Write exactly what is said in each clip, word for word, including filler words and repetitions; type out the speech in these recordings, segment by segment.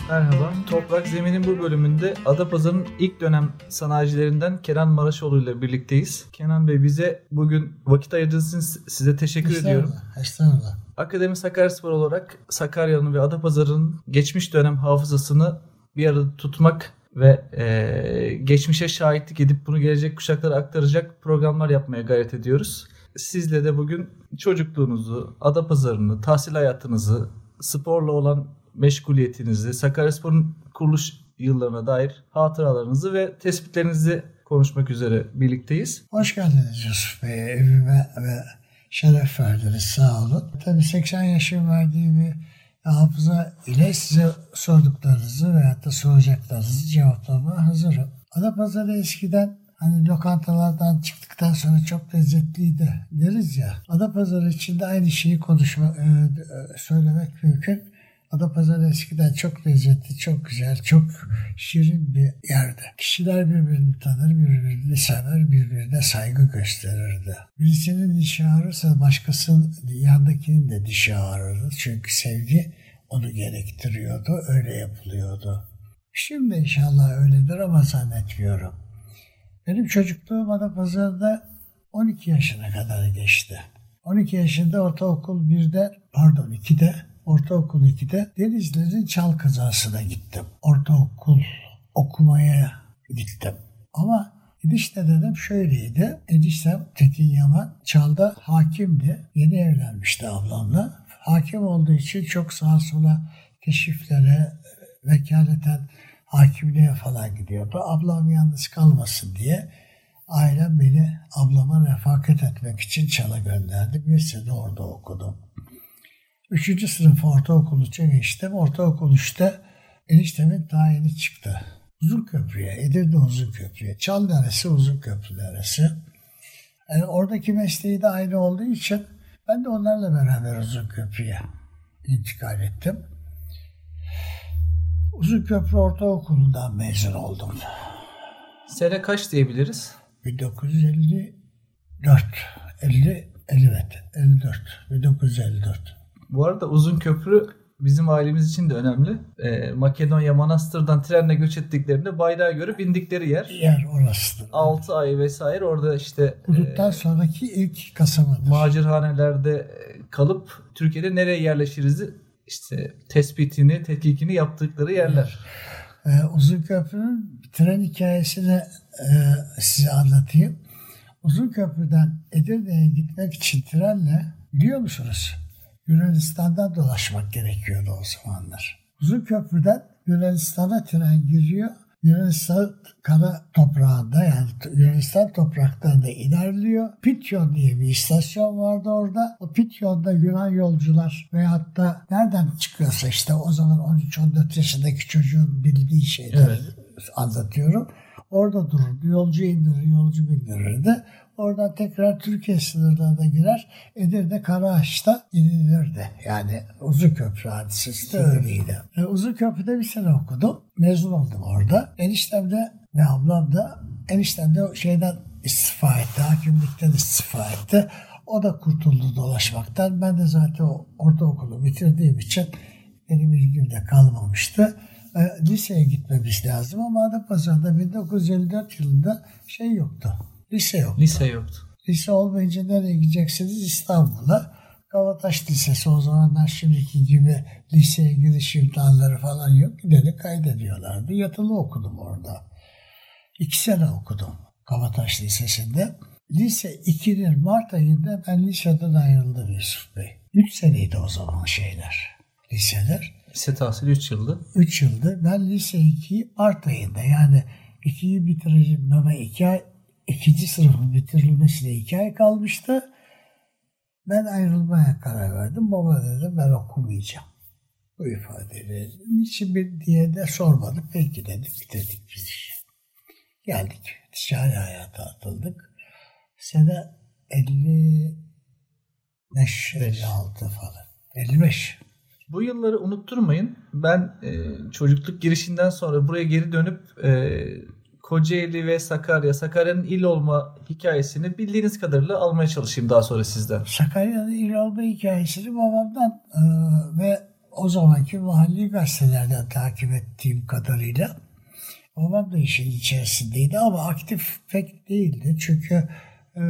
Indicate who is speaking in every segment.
Speaker 1: Merhaba. Toprak Zemin'in bu bölümünde Adapazarı'nın ilk dönem sanayicilerinden Kenan Maraşoğlu ile birlikteyiz. Kenan Bey, bize bugün vakit ayırdığınız için size teşekkür ediyorum.
Speaker 2: Estağfurullah.
Speaker 1: Akademi Sakaryaspor olarak Sakarya'nın ve Adapazarı'nın geçmiş dönem hafızasını bir arada tutmak ve e, geçmişe şahitlik edip bunu gelecek kuşaklara aktaracak programlar yapmaya gayret ediyoruz. Sizle de bugün çocukluğunuzu, Adapazarı'nı, tahsil hayatınızı, sporla olan meşguliyetinizi, Sakaryaspor'un kuruluş yıllarına dair hatıralarınızı ve tespitlerinizi konuşmak üzere birlikteyiz.
Speaker 2: Hoş geldiniz Yusuf Bey. Evime ve şeref verdiniz. Sağ olun. Tabii seksen yaşın verdiği bir hafıza ile size sorduklarınızı veyahut da soracaklarınızı cevaplamaya hazırım. Adapazarı eskiden hani lokantalardan çıktıktan sonra çok lezzetliydi deriz ya. Adapazarı için de aynı şeyi konuşma, e, söylemek mümkün. Adapazarı eskiden çok lezzetli, çok güzel, çok şirin bir yerdi. Kişiler birbirini tanır, birbirini sever, birbirine saygı gösterirdi. Birisinin dişi ağrırsa başkasının yandakinin de dişi ağrırdı. Çünkü sevgi onu gerektiriyordu, öyle yapılıyordu. Şimdi inşallah öyledir ama zannetmiyorum. Benim çocukluğum Adapazarı'da on iki yaşına kadar geçti. on iki yaşında ortaokul birde, pardon ikide, ortaokul ikide Denizli'nin Çal kazasına gittim. Ortaokul okumaya gittim. Ama gidiş nedenim şöyleydi. Eniştem Tekin Yaman Çal'da hakimdi. Yeni evlenmişti ablamla. Hakim olduğu için çok sağa sola keşiflere, vekaleten hakimliğe falan gidiyordu. Ablam yalnız kalmasın diye ailem beni ablama refakat etmek için Çal'a gönderdi. Bir sene orada okudum. Üçüncü sınıf ortaokul üçe geçtim. Ortaokul üçte eniştemin tayini çıktı. Uzunköprü'ye, Edirne Uzunköprü'ye. Çal neresi, Uzunköprü neresi. Yani oradaki mesleği de aynı olduğu için ben de onlarla beraber Uzunköprü'ye intikal ettim. Uzunköprü Ortaokulu'ndan mezun oldum.
Speaker 1: Sene kaç diyebiliriz?
Speaker 2: bin dokuz yüz elli dört. elli, evet, elli dört. bin dokuz yüz elli dört.
Speaker 1: Bu arada Uzunköprü bizim ailemiz için de önemli. Ee, Makedonya, Manastır'dan trenle göç ettiklerinde bayrağı görüp indikleri yer.
Speaker 2: Yer orasıdır.
Speaker 1: altı ay vesaire orada işte
Speaker 2: Kuduk'tan
Speaker 1: e,
Speaker 2: sonraki ilk kasabadır.
Speaker 1: macirhanelerde kalıp Türkiye'de nereye yerleşiriz işte tespitini, tetkikini yaptıkları yerler.
Speaker 2: Ee, Uzunköprü'nün tren hikayesini e, size anlatayım. Uzunköprü'den Edirne'ye gitmek için trenle, biliyor musunuz, Yunanistan'dan dolaşmak gerekiyordu o zamanlar. Uzunköprü'den Yunanistan'a tren giriyor. Yunanistan kara toprağında, yani Yunanistan topraklarında ilerliyor. Pityon diye bir istasyon vardı orada. O Pityon'da Yunan yolcular veyahut da nereden çıkıyorsa işte o zaman on üç on dört yaşındaki çocuğun bildiği şeyleri evet. anlatıyorum. Orada dururdu. Yolcu indirir, yolcu bindirirdi. Oradan tekrar Türkiye sınırlarına girer. Edirne Karaağaç'ta inilirdi. Yani Uzunköprü hadisesi de öyleydi. E, Uzunköprü'de bir sene okudum. Mezun oldum orada. Eniştem de ve ablam da, eniştem de şeyden istifa etti. Hakimlikten istifa etti. O da kurtuldu dolaşmaktan. Ben de zaten o ortaokulu bitirdiğim için benim ilgim de kalmamıştı. E, liseye gitmemiz lazım ama Adapazarı'nda bin dokuz yüz elli dört yılında şey yoktu. Lise yoktu.
Speaker 1: Lise yoktu.
Speaker 2: Lise olmayınca nereye gideceksiniz? İstanbul'a. Kavataş Lisesi, o zamanlar şimdiki gibi liseye giriş imtihanları falan yok. Gideni kaydediyorlardı. Yatılı okudum orada. İki sene okudum Kavataş Lisesi'nde. Lise ikinin Mart ayında ben liseden ayrıldım Yusuf Bey. Üç seneydi o zaman şeyler, liseler.
Speaker 1: Lise tahsili üç yıldı.
Speaker 2: Üç yıldı. Ben lise ikiyi Mart ayında, yani ikiyi bitireceğim ama iki ay, ikinci sınıfın bitirilmesine iki ay kalmıştı. Ben ayrılmaya karar verdim. Baba dedim ben okumayacağım. Bu ifadeleri niçin bir diye de sormadık. Peki dedik, bitirdik biz işi. Geldik. Ticari hayata atıldık. Sene elli beş elli altı falan. elli beş.
Speaker 1: Bu yılları unutturmayın. Ben e, çocukluk girişinden sonra buraya geri dönüp e, Kocaeli ve Sakarya, Sakarya'nın il olma hikayesini bildiğiniz kadarıyla almaya çalışayım daha sonra sizden.
Speaker 2: Sakarya'nın il olma hikayesini babamdan e, ve o zamanki mahalli gazetelerden takip ettiğim kadarıyla babam da işin içerisindeydi ama aktif pek değildi. Çünkü e,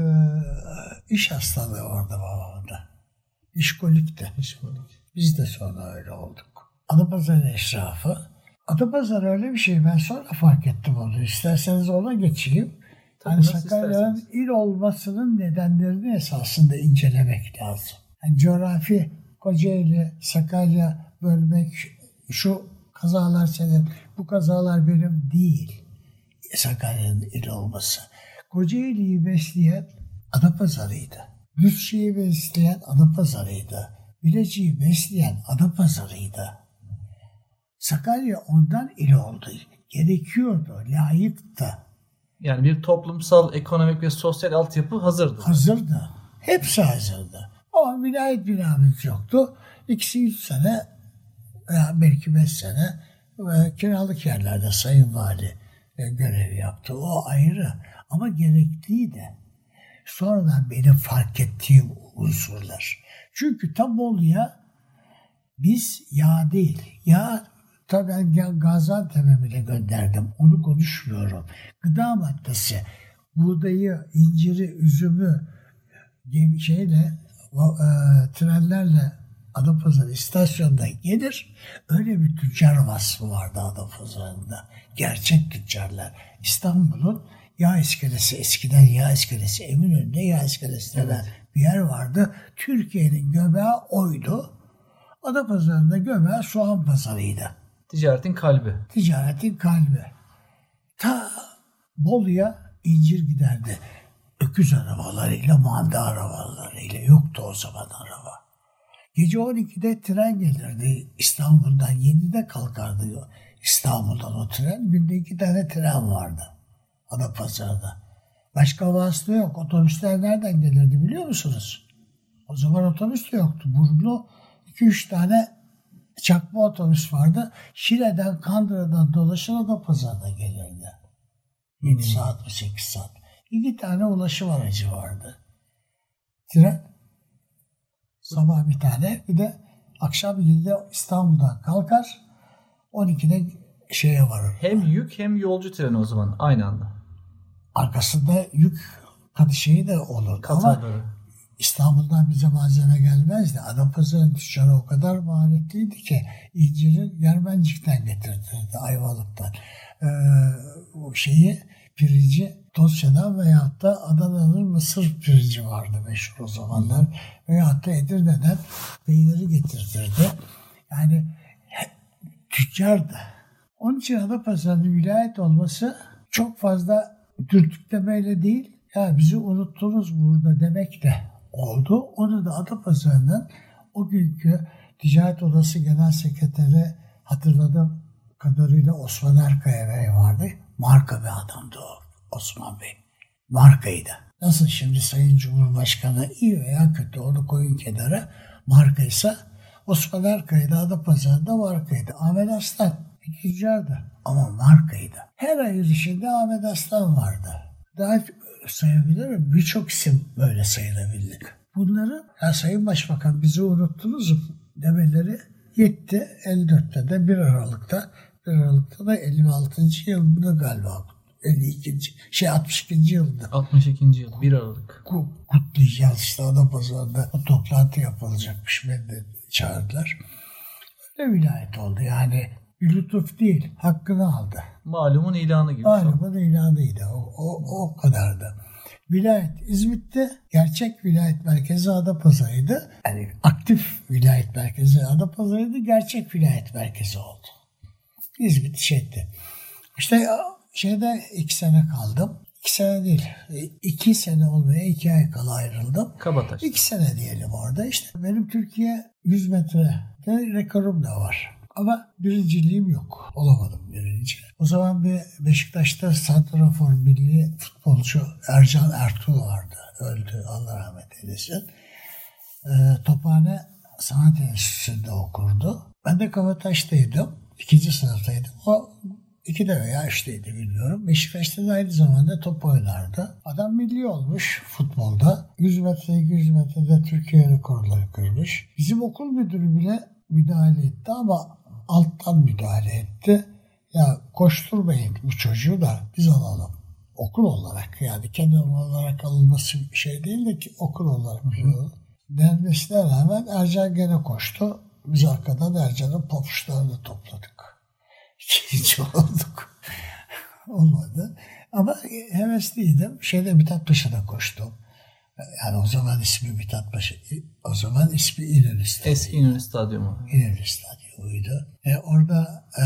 Speaker 2: iş hastalığı orada babamda. İşkolikti.
Speaker 1: İşkolik.
Speaker 2: Biz de sonra öyle olduk. Adapazarı eşrafı. Adapazarı öyle bir şey. Ben sonra fark ettim onu. İsterseniz ona geçeyim.
Speaker 1: Tabii,
Speaker 2: yani
Speaker 1: nasıl
Speaker 2: Sakarya'nın
Speaker 1: isterseniz.
Speaker 2: il olmasının nedenlerini esasında incelemek lazım. Yani coğrafi Kocaeli, Sakarya bölmek, şu kazalar senin, bu kazalar benim değil. Sakarya'nın il olması. Kocaeli'yi besleyen Adapazarı'ydı. Düzce'yi besleyen Adapazarı'ydı. Bilecik'i besleyen Adapazarı'ydı. Sakarya ondan il oldu. Gerekiyordu, layıktı.
Speaker 1: Yani bir toplumsal, ekonomik ve sosyal altyapı hazırdı.
Speaker 2: Hazırdı. Hepsi hazırdı. Ama vilayet binamız yoktu. İkisi üç sene veya belki beş sene ve kiralık yerlerde Sayın Vali görev yaptı. O ayrı. Ama gerekliydi. Sonradan benim fark ettiğim unsurlar. Çünkü tam Bolu'ya biz yağ değil. Yağ tabii ben Gaziantep'e bile gönderdim. Onu konuşmuyorum. Gıda maddesi, buğdayı, inciri, üzümü gibi şeyle, e, trenlerle Adapazarı istasyonundan gelir. Öyle bir tüccar vasfı vardı Adapazarı'nda. Gerçek tüccarlar. İstanbul'un yağ iskelesi, eskiden yağ iskelesi, Eminönü'nde yağ iskelesi denen evet. bir yer vardı. Türkiye'nin göbeği oydu. Adapazarı'nda göbeği soğan pazarıydı.
Speaker 1: Ticaretin kalbi.
Speaker 2: Ticaretin kalbi. Ta Bolu'ya incir giderdi. Öküz arabalarıyla, manda arabalarıyla. Yoktu o zaman araba. Gece on ikide tren gelirdi İstanbul'dan. yedide kalkardı İstanbul'dan o tren. Günde iki tane tren vardı Adapazarı'da. Başka vasıta yok. Otobüsler nereden gelirdi biliyor musunuz? O zaman otobüs de yoktu. Burnu iki üç tane çakma otobüs vardı. Şile'den, Kandıra'dan dolaşır Adapazarı'na gelirdi. yedi hmm. saat mi sekiz saat. İki tane ulaşım aracı vardı. Tren sabah bir tane, bir de akşam yedide İstanbul'dan kalkar, on ikide şeye varır.
Speaker 1: Hem yük hem yolcu treni o zaman aynı anda.
Speaker 2: Arkasında yük katı şeyi de olur.
Speaker 1: Katarları.
Speaker 2: Ama İstanbul'dan bize malzeme gelmezdi. Adapazarı'nın tüccarı o kadar maharetliydi ki inciri Germencik'ten getirtirdi, Ayvalık'tan. Ee, o şeyi, pirinci Tosya'dan veyahut da Adana'nın mısır pirinci vardı meşhur o zamanlar. Veyahut da Edirne'den peyniri getirtirdi. Yani tüccardı. Onun için Adapazarı'nın vilayet olması çok fazla dürtüklemeyle değil, ya bizi unuttunuz burada demek de oldu. Onu da Adapazarı'nın o günkü Ticaret Odası Genel Sekreteri hatırladığım kadarıyla Osman Erkaya Bey vardı. Marka bir adamdı o Osman Bey. Markaydı. Nasıl şimdi Sayın Cumhurbaşkanı iyi veya kötü onu koyun kenara, markaysa Osman Erkaya da Adapazarı'nda markaydı. Ahmet Aslan bir tüccardı ama markaydı. Her hayır işinde Ahmet Aslan vardı. Daha sayabilirim. Birçok isim böyle sayılabilir. Bunları ya Sayın Başbakan bizi unuttunuz mu demeleri yetti. elli dörtte de bir Aralık'ta bir Aralık'ta da elli altıncı yılında galiba. elli ikinci şey altmış ikinci yılında.
Speaker 1: altmış ikinci yıl bir Aralık.
Speaker 2: Kutlayacağız işte Adapazarı'nda o toplantı yapılacakmış. Beni de çağırdılar. Öyle vilayet oldu yani. Bir lütuf değil. Hakkını aldı.
Speaker 1: Malumun ilanı gibi.
Speaker 2: Malumun ilanıydı. O, o, o kadardı. Vilayet İzmit'te, gerçek vilayet merkezi Adapazarı'ydı. Yani aktif vilayet merkezi Adapazarı'ydı. Gerçek vilayet merkezi oldu. İzmit şeydi. İşte şeyde iki sene kaldım. İki sene değil. İki sene olmaya iki ay kala ayrıldım.
Speaker 1: Kabataş.
Speaker 2: İki sene diyelim orada. İşte benim Türkiye yüz metrede rekorum da var. Ama birinciliğim yok. Olamadım birinci. O zaman bir Beşiktaş'ta santrafor milli futbolcu Ercan Ertuğ vardı. Öldü. Allah rahmet eylesin. Ee, Tophane Sanat Enstitüsü'nde okurdu. Ben de Kabataş'taydım. İkinci sınıftaydım. O iki de veya üçteydi bilmiyorum. Beşiktaş'ta da aynı zamanda top oynardı. Adam milli olmuş futbolda. yüz metre, iki yüz metrede Türkiye rekorları kırmış. Bizim okul müdürü bile müdahale etti ama alttan müdahale etti. Ya koşturmayın bu çocuğu da biz alalım. Okul olarak, yani kenar olarak alınması bir şey değil de ki okul olarak bir şey olur. Denmesine rağmen Ercan gene koştu. Biz arkadan Ercan'ın papuçlarını topladık. İkinci olduk. Olmadı. Ama hevesliydim. Şeyde Mithat Paşa'da koştum. Yani o zaman ismi Mithat Paşa. O zaman ismi İnönü Stadyumu.
Speaker 1: Eski İnönü Stadyumu.
Speaker 2: İnönü Stadyumu'ydu. E orada e,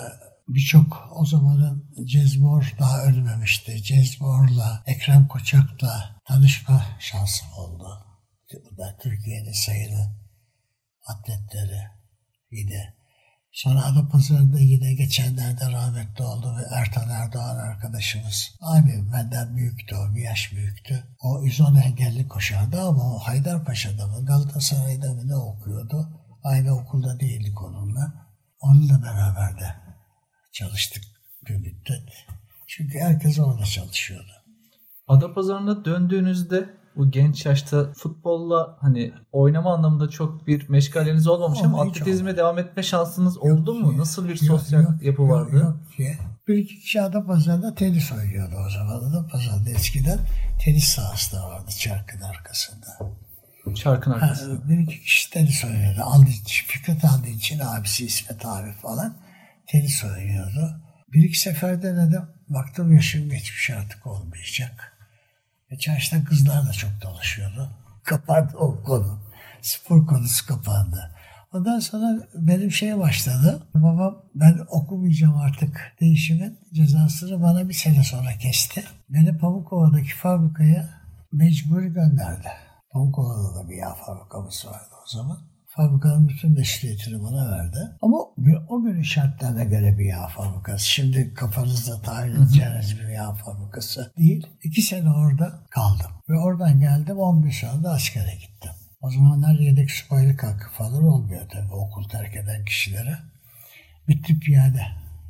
Speaker 2: birçok o zamanın Cezmor daha ölmemişti. Cezmor'la, Ekrem Koçak'la tanışma şansım oldu. Bu da Türkiye'nin sayılı atletleri yine. Sonra Adapazarı'nda yine geçenlerde rahmetli oldu ve Ertan Erdoğan arkadaşımız. Abi benden büyüktü o, bir yaş büyüktü. O yüz on engelli koşardı ama o Haydarpaşa'da mı Galatasaray'da mı ne okuyordu? Aynı okulda değildik onunla. Onunla beraber de çalıştık bir müddet. Çünkü herkes orada çalışıyordu.
Speaker 1: Adapazarı'na döndüğünüzde bu genç yaşta futbolla hani oynama anlamında çok bir meşgaleniz olmamış ama
Speaker 2: Olmayı
Speaker 1: atletizme
Speaker 2: çok.
Speaker 1: devam etme şansınız
Speaker 2: Yok
Speaker 1: oldu mu?
Speaker 2: ki.
Speaker 1: Nasıl bir
Speaker 2: Yok,
Speaker 1: sosyal
Speaker 2: yok,
Speaker 1: yapı
Speaker 2: yok,
Speaker 1: vardı?
Speaker 2: Yok ki. Bir iki kişi Adapazarı'nda tenis oynuyordu o zaman. Adapazarı'da eskiden tenis sahası da vardı çarkın arkasında.
Speaker 1: Çarkın
Speaker 2: Ha,
Speaker 1: arkasında.
Speaker 2: bir iki kişi tenis oynuyordu. Aldinç, Fikret Aldinç'in abisi İsmet abi falan tenis oynuyordu. Bir iki sefer denedim. Baktım yaşım geçmiş artık olmayacak. Ve çarşıda kızlar da çok dolaşıyordu. Kapandı o konu. Spor konusu kapandı. Ondan sonra benim şeye başladı. Babam ben okumayacağım artık değişimin cezasını bana bir sene sonra kesti. Beni Pamukova'daki fabrikaya mecburi gönderdi. Pamukova'da da bir yağ fabrikamız vardı o zaman. Fabrikanın bütün mesuliyetini bana verdi. Ama o günün şartlarına göre bir yağ fabrikası. Şimdi kafanızda tahayyül edeceğiniz bir yağ fabrikası değil. İki sene orada kaldım. Ve oradan geldim on beş yılda askere gittim. O zamanlar yedek subaylık hakkı falan olmuyor tabii okul terk eden kişilere. Bitti piyade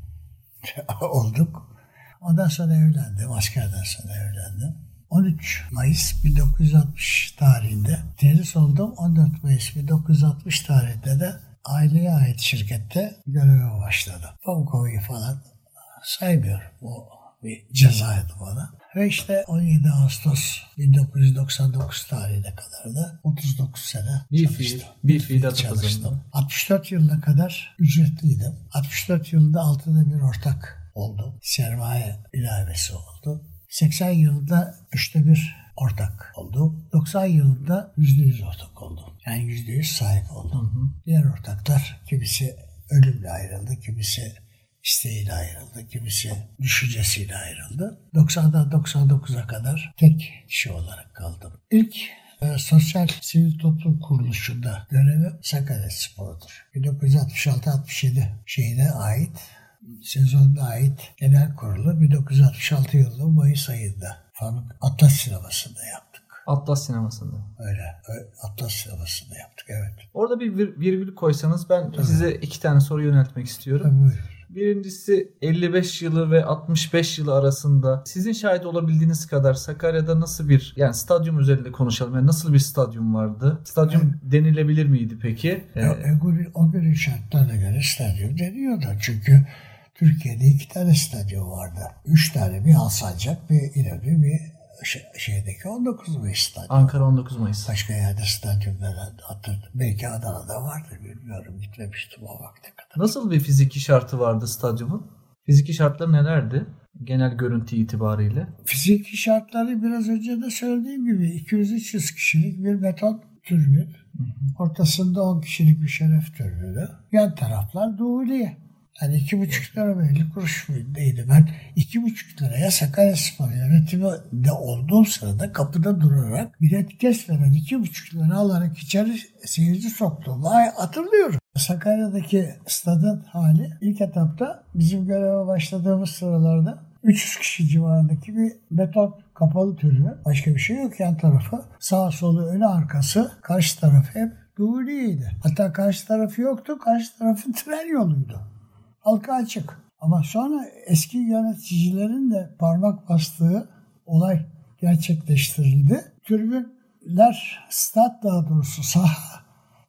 Speaker 2: olduk. Ondan sonra evlendim. Askerden sonra evlendim. on üç Mayıs bin dokuz yüz altmış tarihinde terhis oldum. on dört Mayıs bin dokuz yüz altmış tarihinde de aileye ait şirkette göreve başladım. Pamukova'yı falan saymıyorum. O bir cezaydı bana. Ve işte on yedi Ağustos bin dokuz yüz doksan dokuz tarihine kadar da otuz dokuz sene
Speaker 1: Bir
Speaker 2: çalıştım.
Speaker 1: fiil, bir fiil
Speaker 2: çalıştım.
Speaker 1: Adapazarı'nda.
Speaker 2: altmış dört yılına kadar ücretliydim. altmış dört yılında altıda bir ortak oldum. Sermaye ilavesi oldu. seksen yılında üçte bir ortak oldum. doksan yılında yüzde yüz ortak oldum. Yani yüzde yüz sahip oldum. Hı hı. Diğer ortaklar kimisi ölümle ayrıldı, kimisi isteğiyle ayrıldı, kimisi düşüncesiyle ayrıldı. doksandan doksan dokuza kadar tek kişi olarak kaldım. İlk e, sosyal sivil toplum kuruluşunda görevim Sakaryaspor'dur. bin dokuz yüz altmış altı altmış yedi şeyine ait, sezonuna ait genel kurulu bin dokuz yüz altmış altı yılının Mayıs ayında Faruk Atlas Sineması'nda yaptık.
Speaker 1: Atlas Sineması'nda.
Speaker 2: Öyle, öyle Atlas Sineması'nda yaptık, evet.
Speaker 1: Orada bir vir- virgül koysanız ben
Speaker 2: Tabii.
Speaker 1: size iki tane soru yöneltmek istiyorum.
Speaker 2: Tabii, buyur.
Speaker 1: Birincisi elli beş yılı ve altmış beş yılı arasında sizin şahit olabildiğiniz kadar Sakarya'da nasıl bir, yani stadyum üzerinde konuşalım. Yani nasıl bir stadyum vardı? Stadyum evet. denilebilir miydi peki?
Speaker 2: Ee, e, o günün şartlarına göre stadyum deniyordu. Çünkü Türkiye'de iki tane stadyum vardı. Üç tane, bir Alsancak, bir İnönü, bir şeydeki on dokuz Mayıs stadyumu.
Speaker 1: Ankara on dokuz Mayıs.
Speaker 2: Başka yerde stadyumları hatırladım. Belki Adana'da vardır, bilmiyorum. Gitmemiştim o vakte kadar.
Speaker 1: Nasıl bir fiziki şartı vardı stadyumun? Fiziki şartları nelerdi? Genel görüntü itibariyle.
Speaker 2: Fiziki şartları biraz önce de söylediğim gibi iki yüz üç yüz kişilik bir beton tribün. Ortasında on kişilik bir şeref tribünü. Yan taraflar Doğulu'ya. Yani iki buçuk lira mı elli kuruş muydu? Ben iki buçuk liraya Sakaryaspor yönetiminde olduğum sırada kapıda durarak bilet kesmeden iki buçuk lira alarak içeri seyirci soktuğumu hatırlıyorum. Sakarya'daki stadın hali ilk etapta bizim göreve başladığımız sıralarda üç yüz kişi civarındaki bir beton kapalı tribün. Başka bir şey yok yan tarafı. Sağ solu önü arkası, karşı tarafı hep Doğulu'ydi. Hatta karşı tarafı yoktu. Karşı tarafı tren yoluydu. Halka açık. Ama sonra eski yöneticilerin de parmak bastığı olay gerçekleştirildi. Tribünler, stat daha doğrusu saha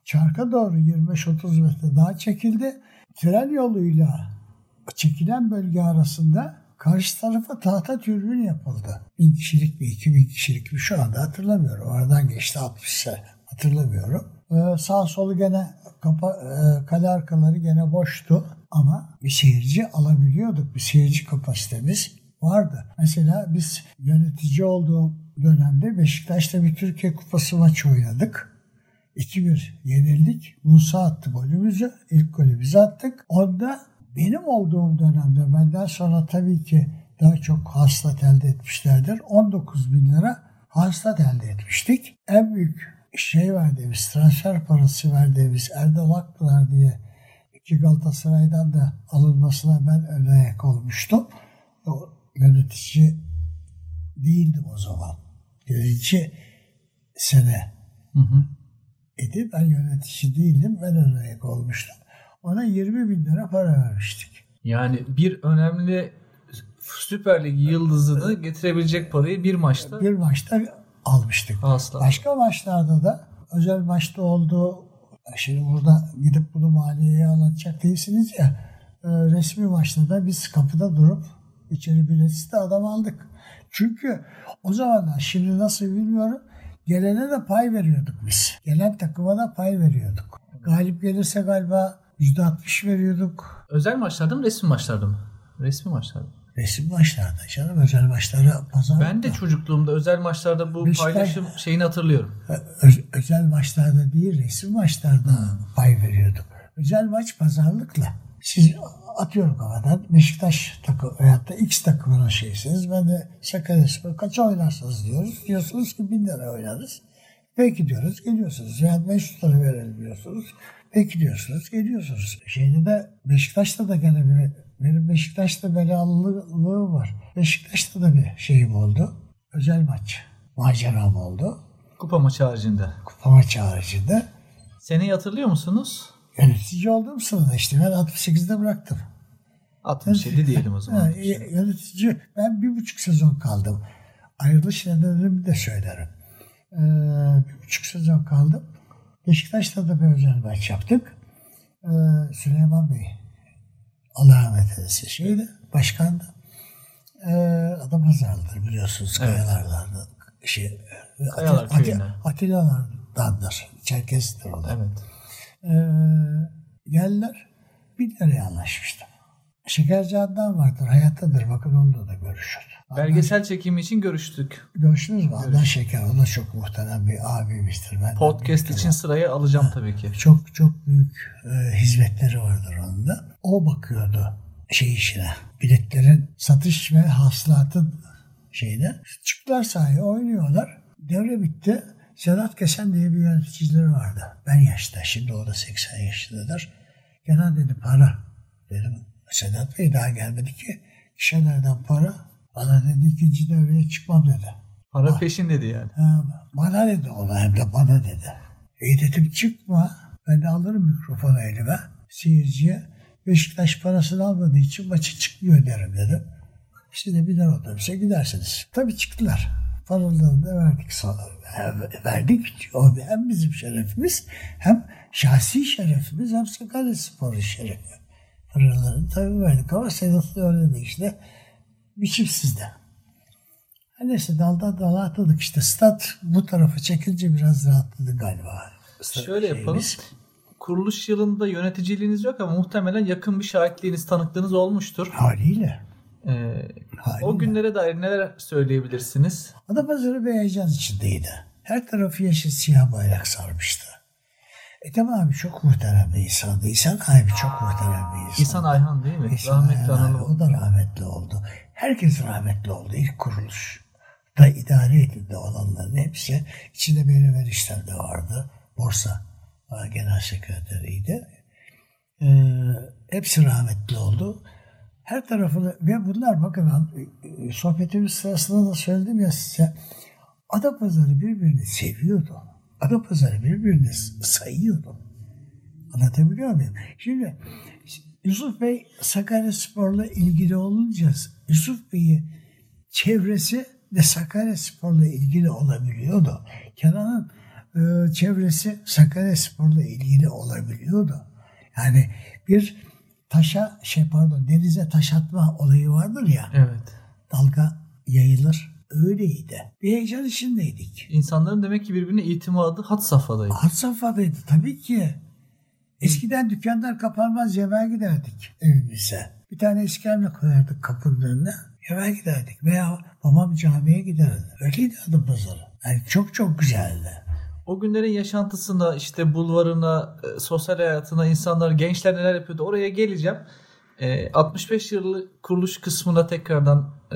Speaker 2: çarka doğru yirmi beş otuz metre daha çekildi. Tren yoluyla çekilen bölge arasında karşı tarafa tahta türbün yapıldı. Bin kişilik mi, iki bin kişilik mi şu anda hatırlamıyorum. Oradan geçti altmış sene. Hatırlamıyorum. Ee, sağ solu gene kapa, e, kale arkaları gene boştu. Ama bir seyirci alabiliyorduk. Bir seyirci kapasitemiz vardı. Mesela biz yönetici olduğum dönemde Beşiktaş'ta bir Türkiye Kupası maçı oynadık. iki bir yenildik. Musa attı golümüzü. İlk golü biz attık. Onda benim olduğum dönemde benden sonra tabii ki daha çok hasılat elde etmişlerdir. on dokuz bin lira hasılat elde etmiştik. En büyük şey verdiğimiz, transfer parası verdiğimiz Erdal Akpınar diye ki Galatasaray'dan da alınmasına ben ön ayak olmuştum. O yönetici değildim o zaman. Yönetici sene
Speaker 1: Hı hı.
Speaker 2: idi. Ben yönetici değildim. Ben ön ayak olmuştum. Ona yirmi bin lira para vermiştik.
Speaker 1: Yani bir önemli Süper Lig yıldızını getirebilecek parayı bir maçta
Speaker 2: Bir maçta almıştık.
Speaker 1: asla.
Speaker 2: Başka maçlarda da özel maçta oldu. Şimdi burada gidip bunu maliyeye anlatacak değilsiniz ya. E, resmi maçta da biz kapıda durup içeri biletsiz de adam aldık. Çünkü o zamanlar şimdi nasıl bilmiyorum gelene de pay veriyorduk biz. Gelen takıma da pay veriyorduk. Galip gelirse galiba yüzde altmış veriyorduk.
Speaker 1: Özel maçlarda mı, resmi maçlarda mı? Resmi maçlarda.
Speaker 2: Resim maçlarda canım özel maçlara pazar.
Speaker 1: Ben de çocukluğumda özel maçlarda bu
Speaker 2: Beşiktaş-
Speaker 1: paylaşım şeyini hatırlıyorum.
Speaker 2: Ö- özel maçlarda değil resim maçlarda pay veriyorduk. Özel maç pazarlıkla. Siz atıyorum kafadan Beşiktaş takım veyahut da X takımının şeysiniz. Ben de Sakaryaspor kaç oynarsınız diyoruz. Diyorsunuz ki bin lira oynarız. Peki diyoruz geliyorsunuz. Yani beş yüz lira verelim diyorsunuz. Peki diyorsunuz geliyorsunuz. Şeyde de Beşiktaş'ta da gene bir benim Beşiktaş'ta belalılığı var. Beşiktaş'ta da bir şeyim oldu. Özel maç. Maceram oldu.
Speaker 1: Kupa maçı haricinde.
Speaker 2: Kupa maçı haricinde.
Speaker 1: Seneyi hatırlıyor musunuz?
Speaker 2: Yönetici olduğum sırada işte ben altmış sekizde bıraktım.
Speaker 1: altmış yedi diyelim o zaman.
Speaker 2: Ha, yönetici ben bir buçuk sezon kaldım. Ayrılış nedenlerimi de söylerim. Ee, bir buçuk sezon kaldım. Beşiktaş'ta da bir özel maç yaptık. Ee, Süleyman Bey Allah rahmet eylesin şeydi başkandı. Ee, adam Hazarlı'dır biliyorsunuz
Speaker 1: Evet.
Speaker 2: kayalardan. Şey,
Speaker 1: Kayalar
Speaker 2: Atil-
Speaker 1: köyünden.
Speaker 2: Atilalardandır. Çerkez'dir o da.
Speaker 1: Evet.
Speaker 2: Ee, geldiler. Bir liraya anlaşmıştım. Şekercan'dan vardır. Hayattadır. Bakın onunla da görüşür.
Speaker 1: Belgesel çekimi için görüştük.
Speaker 2: Görüştünüz mü? Adnan Şeker. O da çok muhterem bir abimizdir. Ben
Speaker 1: Podcast için sıraya alacağım tabii ki.
Speaker 2: çok çok büyük e, hizmetleri vardır onun da. O bakıyordu şey işine. Biletlerin satış ve hasılatın şeyine. Çıktılar sahaya oynuyorlar. Devre bitti. Sedat Kesen diye bir yöneticileri vardı. Ben yaşta. Şimdi o da seksen yaşındadır. Kenan dedi para. Dedim Sedat Bey daha gelmedi ki. Kişilerden para. Bana dedi ikinci devreye çıkmam dedi.
Speaker 1: Para peşin dedi yani.
Speaker 2: Ha, bana dedi ona hem de bana dedi. İyi dedim çıkma. Ben de alırım mikrofonu elime. Seyirciye Beşiktaş parasını almadığı için maçı çıkmıyor derim dedim. Siz de biner otobüse gidersiniz. Tabii çıktılar. Paralarını da verdik sonra. Verdik. O hem bizim şerefimiz hem şahsi şerefimiz hem Sakaryaspor'un şerefi. Paralarını tabii verdik ama Sedat'ın öyle de işte biçimsizde. Neyse daldan dala atladık işte. Stat bu tarafa çekince biraz rahatladı galiba.
Speaker 1: Şöyle yapalım. Kuruluş yılında yöneticiliğiniz yok ama muhtemelen yakın bir şahitliğiniz, tanıklığınız olmuştur.
Speaker 2: Haliyle.
Speaker 1: Ee,
Speaker 2: Haliyle.
Speaker 1: o günlere dair neler söyleyebilirsiniz?
Speaker 2: Adapazarı bir heyecan içindeydi. Her tarafı yeşil siyah bayrak sarmıştı. Ethem abi çok muhterem bir insandı. İhsan abi çok muhterem bir insandı.
Speaker 1: İhsan Ayhan değil mi?
Speaker 2: İhsan
Speaker 1: Rahmetli
Speaker 2: Ayhan abi,
Speaker 1: analım.
Speaker 2: o da rahmetli oldu. Herkes rahmetli oldu. İlk kuruluş da idare edildi olanların hepsi. İçinde benim eniştem de vardı. Borsa genel sekreteriydi. Ee, hepsi rahmetli oldu. Her tarafını ve bunlar bakın sohbetimiz sırasında da söyledim ya size. Adapazarı birbirini seviyordu. Adapazarı birbirini sayıyordu. Anlatabiliyor muyum? Şimdi Yusuf Bey Sakaryaspor'la ilgili olunca Yusuf Bey'i çevresi de Sakaryaspor'la ilgili olabiliyordu. Kenan'ın e, çevresi Sakaryaspor'la ilgili olabiliyordu. Yani bir taşa şey pardon denize taş atma olayı vardır ya.
Speaker 1: Evet.
Speaker 2: Dalga yayılır. Öyleydi. Bir heyecan içindeydik.
Speaker 1: İnsanların demek ki birbirine itimadı had safhadaydı.
Speaker 2: Had safhadaydı tabii ki. Eskiden dükkanlar kapanmaz yemeğe giderdik evimize. Bir tane iskemle koyardık kapının önüne. Yemeğe giderdik. Veya babam camiye giderdi. Öyleydi Adapazarı. Yani çok çok güzeldi.
Speaker 1: O günlerin yaşantısına, işte bulvarına, e, sosyal hayatına insanlar, gençler neler yapıyordu oraya geleceğim. E, altmış beş yıllık kuruluş kısmına tekrardan e,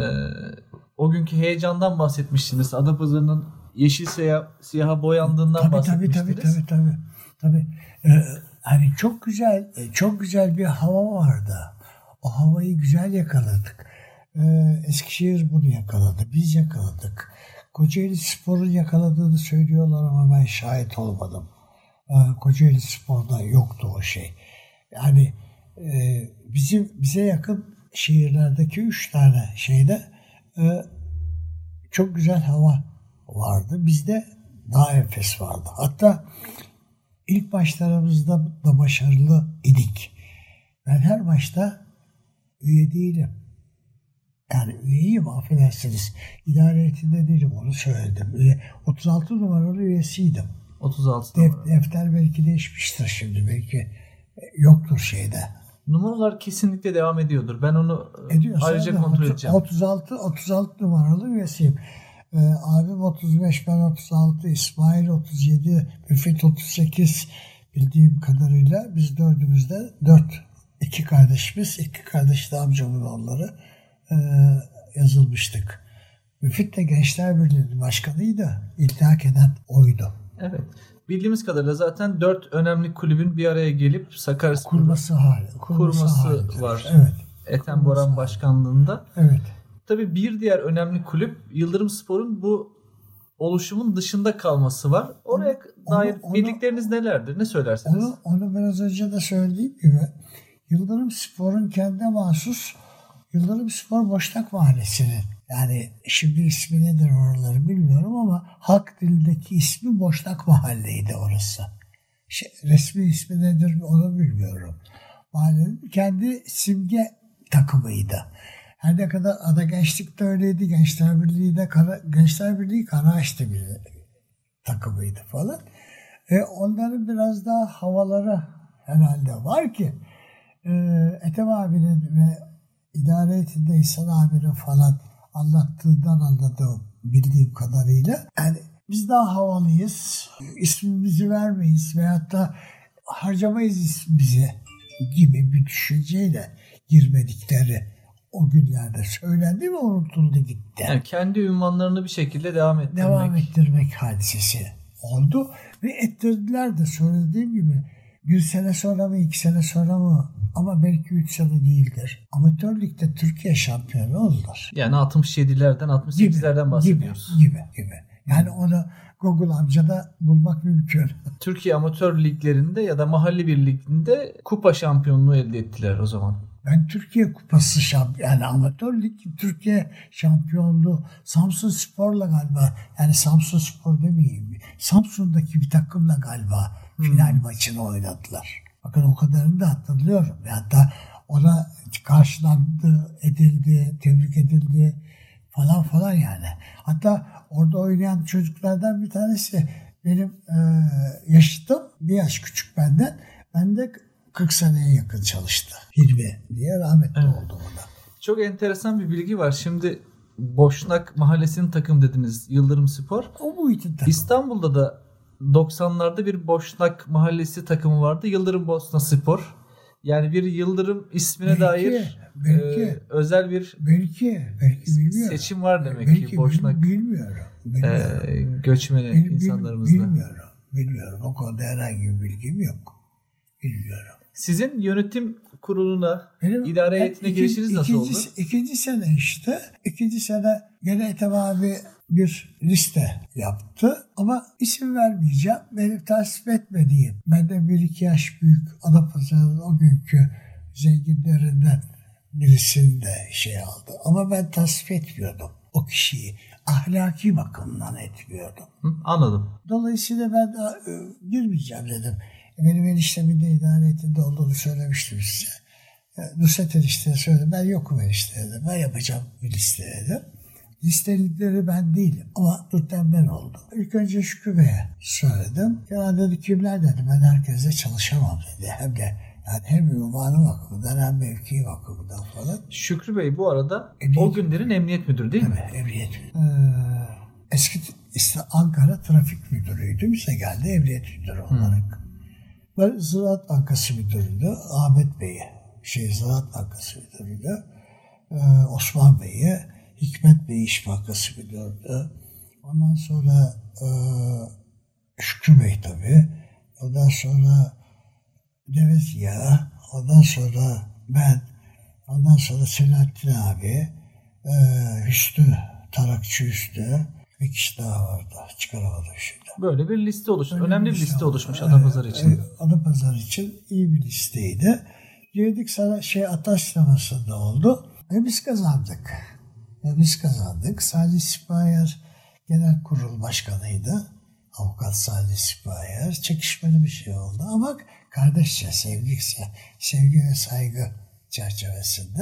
Speaker 1: o günkü heyecandan bahsetmiştiniz. Adapazarı'nın yeşil siyah, siyaha boyandığından
Speaker 2: tabii,
Speaker 1: bahsetmiştiniz.
Speaker 2: Tabii tabii tabii. tabii. Ee, hani çok güzel, çok güzel bir hava vardı. O havayı güzel yakaladık. Ee, Eskişehir bunu yakaladı. Biz yakaladık. Kocaeli Spor'un yakaladığını söylüyorlar ama ben şahit olmadım. Ee, Kocaeli Spor'da yoktu o şey. Yani e, bizim bize yakın şehirlerdeki üç tane şeyde e, çok güzel hava vardı. Bizde daha enfes vardı. Hatta ilk maçlarımızda da başarılı idik. Ben her maçta üye değilim. Yani üyeyim, affedersiniz. İdare heyetinde değilim, onu söyledim. Üye, otuz altı numaralı üyesiydim.
Speaker 1: otuz altı
Speaker 2: Def,
Speaker 1: numara.
Speaker 2: defter belki değişmiştir şimdi. Belki yoktur şeyde.
Speaker 1: Numaralar kesinlikle devam ediyordur. Ben onu
Speaker 2: Ediyorsa
Speaker 1: ayrıca
Speaker 2: da
Speaker 1: kontrol edeceğim.
Speaker 2: otuz altı otuz altı numaralı üyesiyim. Ee, abim otuz beş, ben otuz altı, İsmail otuz yedi, Müfit otuz sekiz bildiğim kadarıyla biz dördümüzde dört. İki kardeşimiz, iki kardeş de amcamın oğulları e, yazılmıştık. Müfit de Gençler Birliği başkanıydı. İltihak eden oydu.
Speaker 1: Evet. Bildiğimiz kadarıyla zaten dört önemli kulübün bir araya gelip Sakaryaspor'u
Speaker 2: Kurması hali.
Speaker 1: kurması,
Speaker 2: halidir.
Speaker 1: var.
Speaker 2: Evet.
Speaker 1: Ethem Boran başkanlığında.
Speaker 2: Evet.
Speaker 1: Tabii bir diğer önemli kulüp Yıldırımspor'un bu oluşumun dışında kalması var. Oraya
Speaker 2: Onu-
Speaker 1: dair
Speaker 2: onu-
Speaker 1: bildikleriniz nelerdir? Ne söylersiniz?
Speaker 2: Onu, onu biraz önce de söylediğim gibi Yıldırımspor'un kendine mahsus Yıldırımspor Boşnak Mahallesi'nin, yani şimdi ismi nedir oraları bilmiyorum ama halk dilindeki ismi Boşnak Mahalle'ydi orası. Şey, resmi ismi nedir onu bilmiyorum. Mahallenin kendi simge takımıydı. Her ne kadar Ada Gençlik de öyleydi, Gençler Birliği de Kara, Gençler Birliği Karaağaç'ta bir takımıydı falan. E, onların biraz daha havaları herhalde var ki e, Ethem abinin ve idare heyetinde İhsan abinin falan anlattığından anladığım bildiğim kadarıyla yani biz daha havalıyız, ismimizi vermeyiz veyahut da harcamayız ismimizi gibi bir düşünceyle girmedikleri o günlerde söylendi ve unutuldu gitti.
Speaker 1: Yani kendi ünvanlarını bir şekilde devam ettirmek.
Speaker 2: Devam ettirmek hadisesi oldu ve ettirdiler de söylediğim gibi bir sene sonra mı iki sene sonra mı ama belki üç sene değildir. Amatör ligde Türkiye şampiyonu oldular.
Speaker 1: Yani altmış yedilerden altmış sekizlerden bahsediyoruz.
Speaker 2: Gibi gibi. gibi. Yani onu Google amcada bulmak mümkün.
Speaker 1: Türkiye amatör liglerinde ya da mahalle birliklerinde kupa şampiyonluğu elde ettiler o zaman.
Speaker 2: Ben Türkiye Kupası şampiyon, yani amatör lig Türkiye şampiyonluğu Samsun Spor'la galiba, yani Samsun Spor demeyeyim, Samsun'daki bir takımla galiba hmm. final maçını oynadılar. Bakın o kadarını da hatırlıyorum. Hatta ona karşılandı, edildi, tebrik edildi falan falan yani. Hatta orada oynayan çocuklardan bir tanesi benim e, yaşıtım, bir yaş küçük benden. Ben de kırk seneye yakın çalıştı. Hilmi diye rahmetli evet. oldu ona.
Speaker 1: Çok enteresan bir bilgi var. Şimdi Boşnak Mahallesi'nin takım dediniz, Yıldırımspor.
Speaker 2: O muydu takım?
Speaker 1: İstanbul'da da doksanlarda bir Boşnak Mahallesi takımı vardı. Yıldırım Bosnaspor. Yani bir Yıldırım ismine belki, dair belki, e, özel bir
Speaker 2: belki, belki bilmiyorum.
Speaker 1: seçim var demek
Speaker 2: belki
Speaker 1: ki Boşnak
Speaker 2: bilmiyorum. bilmiyorum.
Speaker 1: E, göçmeni bil, insanlarımızda.
Speaker 2: Bilmiyorum. Bilmiyorum. O konuda herhangi bir bilgim yok. Bilmiyorum.
Speaker 1: Sizin yönetim kuruluna,
Speaker 2: Benim,
Speaker 1: idare heyetine girişiniz nasıl
Speaker 2: ikinci,
Speaker 1: oldu?
Speaker 2: İkinci sene işte. İkinci sene gene Ethem abi bir liste yaptı. Ama isim vermeyeceğim. Benim tasvip etmediğim. Benden bir iki yaş büyük Adapazarı'nın o günkü zenginlerinden birisini de şey aldı. Ama ben tasvip etmiyordum o kişiyi. ahlaki bakımdan etkiliyordu.
Speaker 1: Hı, anladım.
Speaker 2: Dolayısıyla ben de, e, girmeyeceğim dedim. Benim eniştemin de idare heyetinde olduğunu söylemiştim size. E, Nusret enişteye söyledim. Ben yokum enişte dedim. Ben yapacağım bir liste dedim. Listelikleri ben değilim ama tutan ben oldum. İlk önce Şükrü Bey'e söyledim. Kenan dedi kimler dedi. Ben herkese çalışamam dedi. Hem de yani hem ünvanı bakımından hem mevki bakımından falan.
Speaker 1: Şükrü Bey bu arada
Speaker 2: Emniyet
Speaker 1: o günlerin emniyet müdürü değil mi?
Speaker 2: Evet, emniyet müdürü. Ee, eski işte Ankara Trafik Müdürü'ydü. Bize geldi emniyet müdürü olarak. Ben Ziraat Bankası Müdürü'ydü. Ahmet Bey'i, şey Ziraat Bankası Müdürü'ydü. Ee, Osman Bey'i, Hikmet Bey İş Bankası Müdürü'ydü. Ondan sonra e, Şükrü Bey tabii. Ondan sonra Demet Ziya, ondan sonra ben, ondan sonra Selahattin abi, e, Hüsnü, Tarakçı Hüsnü, bir kişi daha vardı. Çıkaramadım şimdi.
Speaker 1: Böyle bir liste oluşmuş.
Speaker 2: Öyle
Speaker 1: Önemli
Speaker 2: bir
Speaker 1: bir liste
Speaker 2: liste
Speaker 1: oluşmuş
Speaker 2: oldu.
Speaker 1: Adapazarı için.
Speaker 2: E, Adapazarı için iyi bir listeydi. Girdik sana şey Ataş sinemasında oldu. Ve biz kazandık. Ve biz kazandık. Salih Sipahiyer Genel Kurul Başkanıydı. Avukat Salih Sipahiyer. Çekişmeli bir şey oldu ama kardeşçe, sevgi, sevgi ve saygı çerçevesinde.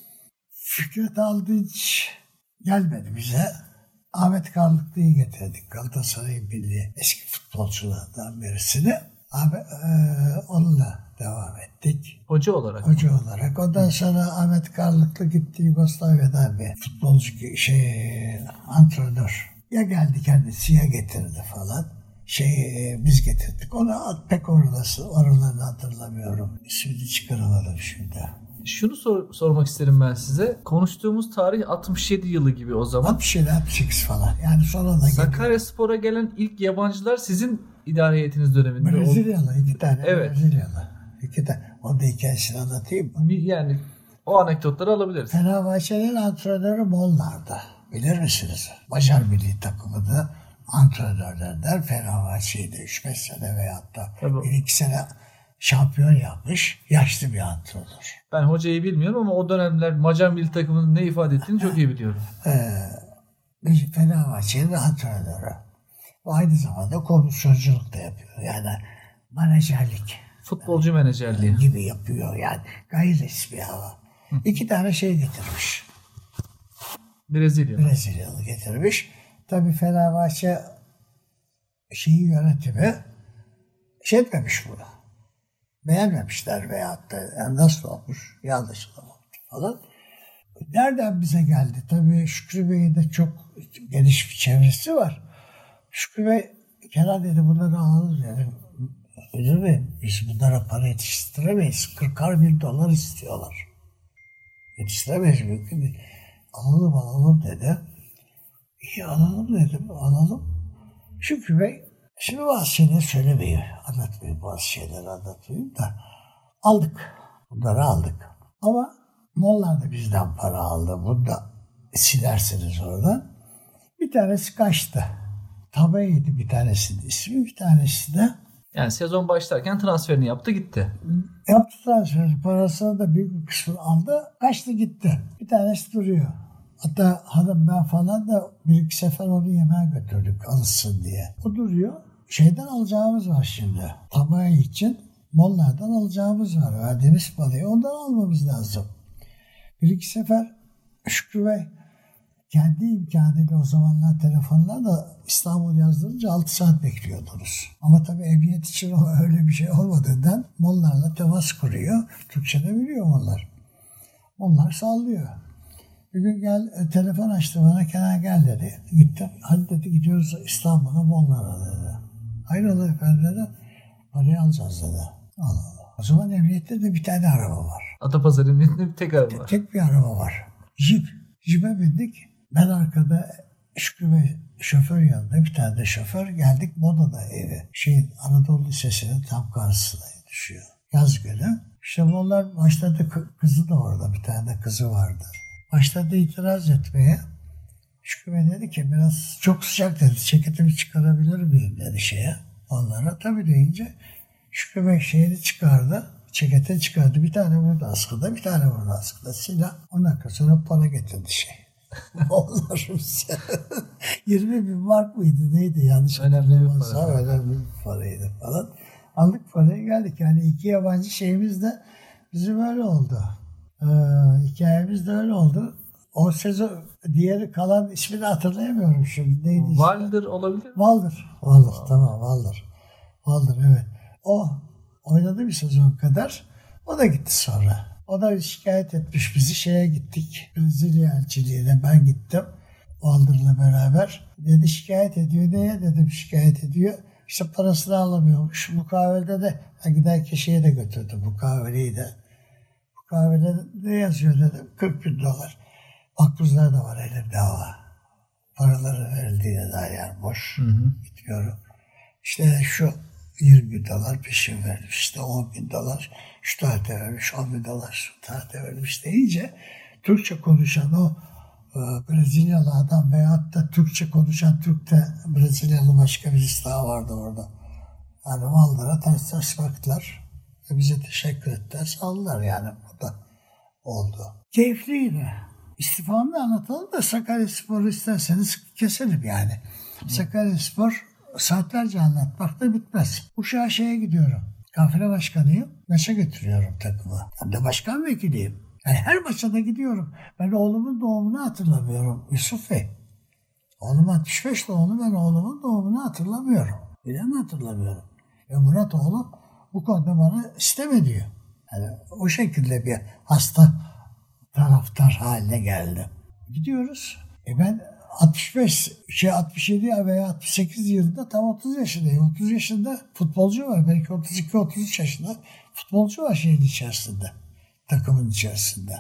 Speaker 2: Fikret Aldınç gelmedi bize. Ahmet Karlıklı'yı getirdik. Galatasaray'ın milli eski futbolcularından birisini. Abi, e, onunla devam ettik.
Speaker 1: Hoca olarak.
Speaker 2: Hoca olarak. Ondan sonra Ahmet Karlıklı gitti Yugoslavya'dan bir futbolcu şey antrenör. Ya geldi kendisi ya getirdi falan. Şey biz getirdik. Onu pek orası, oralarını hatırlamıyorum. İsmini çıkaramadım şimdi.
Speaker 1: Şunu sor, sormak isterim ben size. Konuştuğumuz tarih altmış yedi yılı gibi o zaman.
Speaker 2: altmış yedi altmış sekiz falan. Yani sonra da
Speaker 1: Sakaryaspor'a gelen ilk yabancılar sizin idare heyetiniz döneminde.
Speaker 2: Brezilyalı iki tane.
Speaker 1: Evet.
Speaker 2: Brezilyalı. İki tane. Onun da hikayesini anlatayım mı?
Speaker 1: Yani o anekdotları alabiliriz.
Speaker 2: Fenerbahçe'nin antrenörü Molnar'dı. Bilir misiniz? Macar milli takımında antrenörlerden Fenerbahçe'ydi. üç beş sene veyahut da bir iki sene şampiyon yapmış. Yaşlı bir antrenör.
Speaker 1: Ben hocayı bilmiyorum ama o dönemler Macar milli takımının ne ifade ettiğini çok iyi biliyorum.
Speaker 2: Ee, Fenerbahçe'nin antrenörü. O aynı zamanda komisyonculuk da yapıyor. Yani menajerlik.
Speaker 1: Futbolcu menajerliği.
Speaker 2: Gibi yapıyor yani. Gayri resmi ama. İki tane şey getirmiş.
Speaker 1: Brezilya.
Speaker 2: Brezilyalı getirmiş. Tabii Fenerbahçe şeyi yönetimi şey etmemiş bunu. Beğenmemişler veyahut da yani nasıl olmuş, yanlış olmuş falan. Nereden bize geldi? Tabii Şükrü Bey'in de çok geniş bir çevresi var. Şükrü Bey, Kenan dedi bunları alalım dedi. Öyle mi? Biz bunlara para yetiştiremeyiz. kırkar bin dolar istiyorlar. Yetiştiremeyiz mümkün değil. Alalım alalım dedi. İyi alalım dedim. Alalım. Şükrü Bey, şimdi bazı şeyleri söylemeyi, anlatmayayım. Bazı şeyleri anlatmayayım da aldık. Bunları aldık. Ama Mollar da bizden para aldı. Bunu da silersiniz oradan. Bir tanesi kaçtı. Tabayıydı bir tanesinin ismi. Bir tanesi de
Speaker 1: yani sezon başlarken transferini yaptı gitti.
Speaker 2: Yaptı transfer. Parasını da büyük bir kısmını aldı. Kaçtı gitti. Bir tanesi duruyor. Hatta hanım ben falan da bir iki sefer onu yemeğe götürdük alışsın diye. O duruyor. Şeyden alacağımız var şimdi. Tabaya için Mollardan alacağımız var. Verdiğimiz parayı ondan almamız lazım. Bir iki sefer Şükrü Bey kendi imkanıyla o zamanlar telefonlarla İstanbul yazdırınca altı saat bekliyordunuz. Ama tabii emniyet için o öyle bir şey olmadığından Mollarla temas kuruyor. Türkçe'de biliyor Mollar. Mollar sallıyor. Bir gün gel e, telefon açtı bana, Kenan gel dedi. Gittim. Hadi dedi gidiyoruz İstanbul'a Mollar'a dedi. Hayrola efendim dedi. Parayı alacağız dedi. Allah Allah. O zaman emniyette de bir tane araba var.
Speaker 1: Adapazarı emniyetinde bir tek araba var.
Speaker 2: Tek bir araba var. Jip. Jip'e bindik. Ben arkada Şükrü Bey şoför yanında, bir tane de şoför. Geldik Moda'da evi. Şeyin Anadolu Lisesi'nin tam karşısına düşüyor. Yaz günü. İşte onlar başladı, kızı da orada, bir tane de kızı vardı. Başladı itiraz etmeye. Şükrü Bey dedi ki biraz çok sıcak dedi. Ceketimi çıkarabilir miyim dedi şeye. Onlara tabii deyince Şükrü Bey şeyini çıkardı. Ceketini çıkardı. Bir tane burada askıda, bir tane burada askıda. Silah. On dakika sonra para getirdi şey. Allah'ım sen. yirmi bin mark mıydı neydi yanlış hatırlamıyorsam önemli bir paraydı falan. Aldık parayı geldik yani iki yabancı şeyimiz de bizim öyle oldu. Ee, hikayemiz de öyle oldu. O sezon diğeri kalan ismini hatırlayamıyorum şimdi. Neydi
Speaker 1: Walder olabilir mi?
Speaker 2: Walder. Walder tamam Walder. Walder evet. O oynadı bir sezon kadar. O da gitti sonra. O da şikayet etmiş bizi şeye gittik. Brezilya elçiliğine ben gittim. Walder'la beraber. Dedi şikayet ediyor. Neye dedim şikayet ediyor. İşte parasını alamıyormuş. Mukavelde de giderken şeye de götürdüm mukaveleyi de. Mukavelde ne yazıyor dedim. kırk bin dolar. Makbuzlar da var elimde ama. Paraları verildiğine dair yani boş gidiyorum. İşte şu yirmi bin dolar peşin vermiş. İşte on bin dolar şu tarihte vermiş. on bin dolar şu tarihte vermiş deyince Türkçe konuşan o e, Brezilyalı adam veyahut da Türkçe konuşan Türk'te Brezilyalı başka birisi daha vardı orada. Yani Walder'a ters ters baktılar. E, bize teşekkür ettiler. Saldılar yani. Bu da oldu. Keyifliydi. İstifamı da anlatalım da Sakaryaspor'u isterseniz keselim yani. Hmm. Sakaryaspor saatlerce anlatmak da bitmez. Uşak'a şeye gidiyorum. Kafile başkanıyım. Maça götürüyorum takımı. Hem de başkan vekiliyim. Yani her maça da gidiyorum. Ben oğlumun doğumunu hatırlamıyorum Yusuf Bey. Oğlum altmış beş doğumlu, ben oğlumun doğumunu hatırlamıyorum. Bile mi hatırlamıyorum? Ve Murat oğlum bu konuda bana isteme diyor. Yani o şekilde bir hasta taraftar haline geldim. Gidiyoruz. E ben altmış beş, şey altmış yedi veya altmış sekiz yılında tam otuz yaşındayım. otuz yaşında futbolcu var. Belki otuz iki otuz üç yaşında futbolcu var şeyin içerisinde. Takımın içerisinde.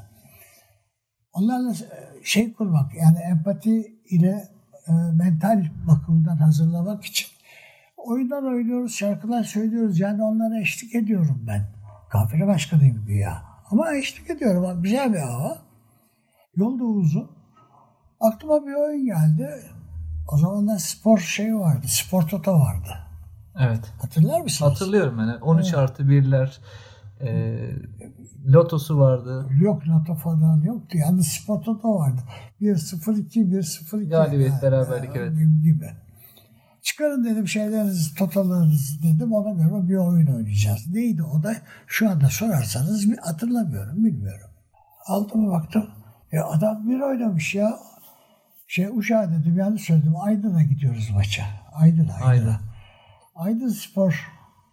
Speaker 2: Onlarla şey kurmak yani empati ile e, mental bakımdan hazırlamak için oyunlar oynuyoruz, şarkılar söylüyoruz. Yani onlara eşlik ediyorum ben. Kafile başkanıyım güya. Ama eşlik ediyorum. Güzel bir hava. Yol da uzun. Aklıma bir oyun geldi. O zamanlar spor şey vardı. Spor Toto vardı.
Speaker 1: Evet.
Speaker 2: Hatırlar mısınız?
Speaker 1: Hatırlıyorum yani. on üç evet. artı birler e, lotosu vardı.
Speaker 2: Yok loto falan yoktu. Yalnız Spor Toto vardı. bir sıfır iki bir sıfır iki
Speaker 1: galibiyet yani, beraberlik yani,
Speaker 2: evet. Gibi. Çıkarın dedim şeylerinizi, totalarınızı dedim. Ona göre bir oyun oynayacağız. Neydi o da? Şu anda sorarsanız bir hatırlamıyorum, bilmiyorum. Aldım baktım. Ya adam bir oynamış ya. Şey Uşak'a dedim yanlış söyledim. Aydın'a gidiyoruz maça. Aydın Aydın. Aydın, Aydın Spor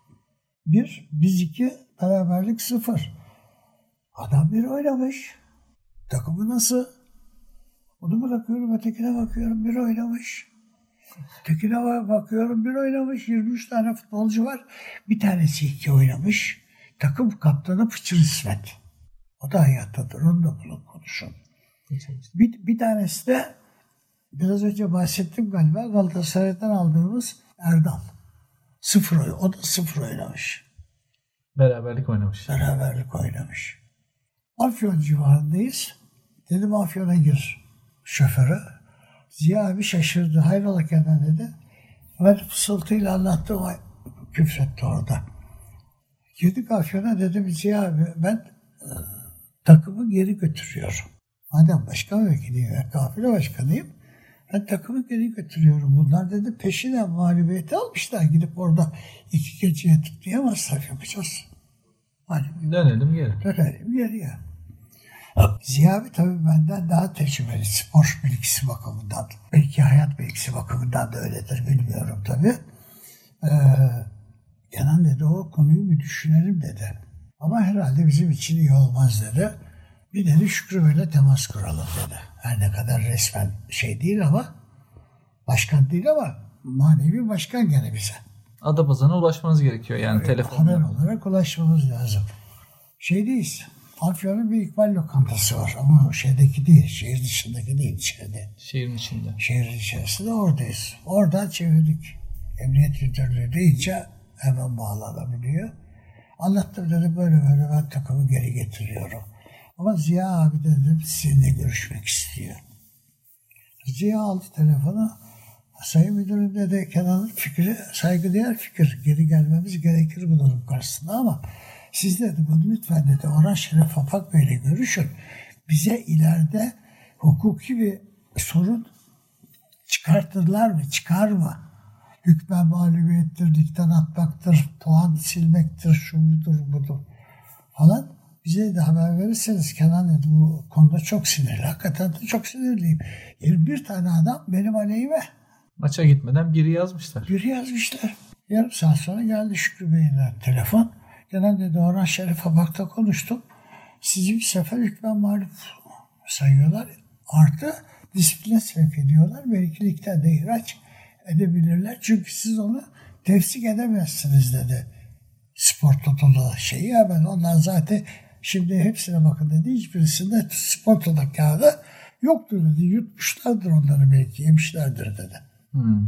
Speaker 2: bir, biz iki, beraberlik sıfır. Adam bir oynamış. Takımı nasıl? Onu bırakıyorum, ötekine bakıyorum. Bir oynamış. Ötekine bakıyorum. Bir oynamış. yirmi üç tane futbolcu var. Bir tanesi iki oynamış. Takım kaptanı Fıçır İsmet. O da hayattadır. Onu da bulun konuşun. Bir, bir tanesi de biraz önce bahsettim galiba Galatasaray'dan aldığımız Erdal. Sıfır oynamış. O da sıfır oynamış.
Speaker 1: Beraberlik oynamış.
Speaker 2: Beraberlik oynamış. Afyon civarındayız. Dedim Afyon'a gir şoförü. Ziya abi şaşırdı. Hayrola Kenan dedi. Ben fısıltıyla anlattım. Küfretti orada. Girdik Afyon'a dedim Ziya abi ben takımı geri götürüyorum. Madem başkan vekiliyim, kafile başkanıyım. Ben takımı geri götürüyorum. Bunlar dedi peşine mağlubiyeti almışlar. Gidip orada iki gece yatıp diyemezler yapacağız. Hani,
Speaker 1: dönelim geri.
Speaker 2: Dönelim geriye. Ziya abi tabii benden daha tecrübeli spor bilgisi bakımından. Belki hayat bilgisi bakımından da öyledir bilmiyorum tabii. Ee, Kenan dedi o konuyu bir düşünelim dedi. Ama herhalde bizim için iyi olmaz dedi. Bir dedi Şükrü Bey'le temas kuralım dedi. Her ne kadar resmen şey değil ama başkan değil ama manevi başkan gene bize.
Speaker 1: Adapazarı'na ulaşmanız gerekiyor yani evet, telefonla.
Speaker 2: Haber olarak ulaşmamız lazım. Şeydeyiz. Afyon'un bir İkbal lokantası var ama o şeydeki değil, şehir dışındaki değil içeride.
Speaker 1: Şehrin içinde.
Speaker 2: Şehrin içerisinde oradayız. Oradan çevirdik. Emniyet müdürlüğü deyince hemen bağlanabiliyor. Anlattım dedim böyle böyle ben takımı geri getiriyorum. Ama Ziya abi dedim sizinle görüşmek istiyor. Ziya aldı telefonu. Sayın müdürüm dedi Kenan'ın fikri saygıdeğer fikir. Geri gelmemiz gerekir bu durum karşısında ama siz dedi bunu lütfen dedi Orhan Şeref Apak Bey'le görüşün. Bize ileride hukuki bir sorun çıkartırlar mı, çıkar mı? Hükmen mağlubiyettir, dikten atmaktır, puan silmektir, şu budur, budur falan. Bize de haber verirseniz Kenan dedi, bu konuda çok sinirli. Hakikaten de çok sinirliyim. yirmi bir tane adam benim aleyhime.
Speaker 1: Maça gitmeden biri yazmışlar.
Speaker 2: Biri yazmışlar. Yarım saat sonra geldi Şükrü Bey'den telefon. Kenan dedi, Orhan Şerif Abak'ta konuştum. Sizi bir sefer hükmen mağlup sayıyorlar. Artı disipline sevk ediyorlar. Belki ligden de ihraç edebilirler. Çünkü siz onu tefsik edemezsiniz dedi. Spor Toto'da şeyi ya ben ondan zaten şimdi hepsine bakın dedi. Hiçbirisinde Spor Toto kağıdı yoktur dedi. Yutmuşlardır onları, belki yemişlerdir dedi.
Speaker 1: Hmm.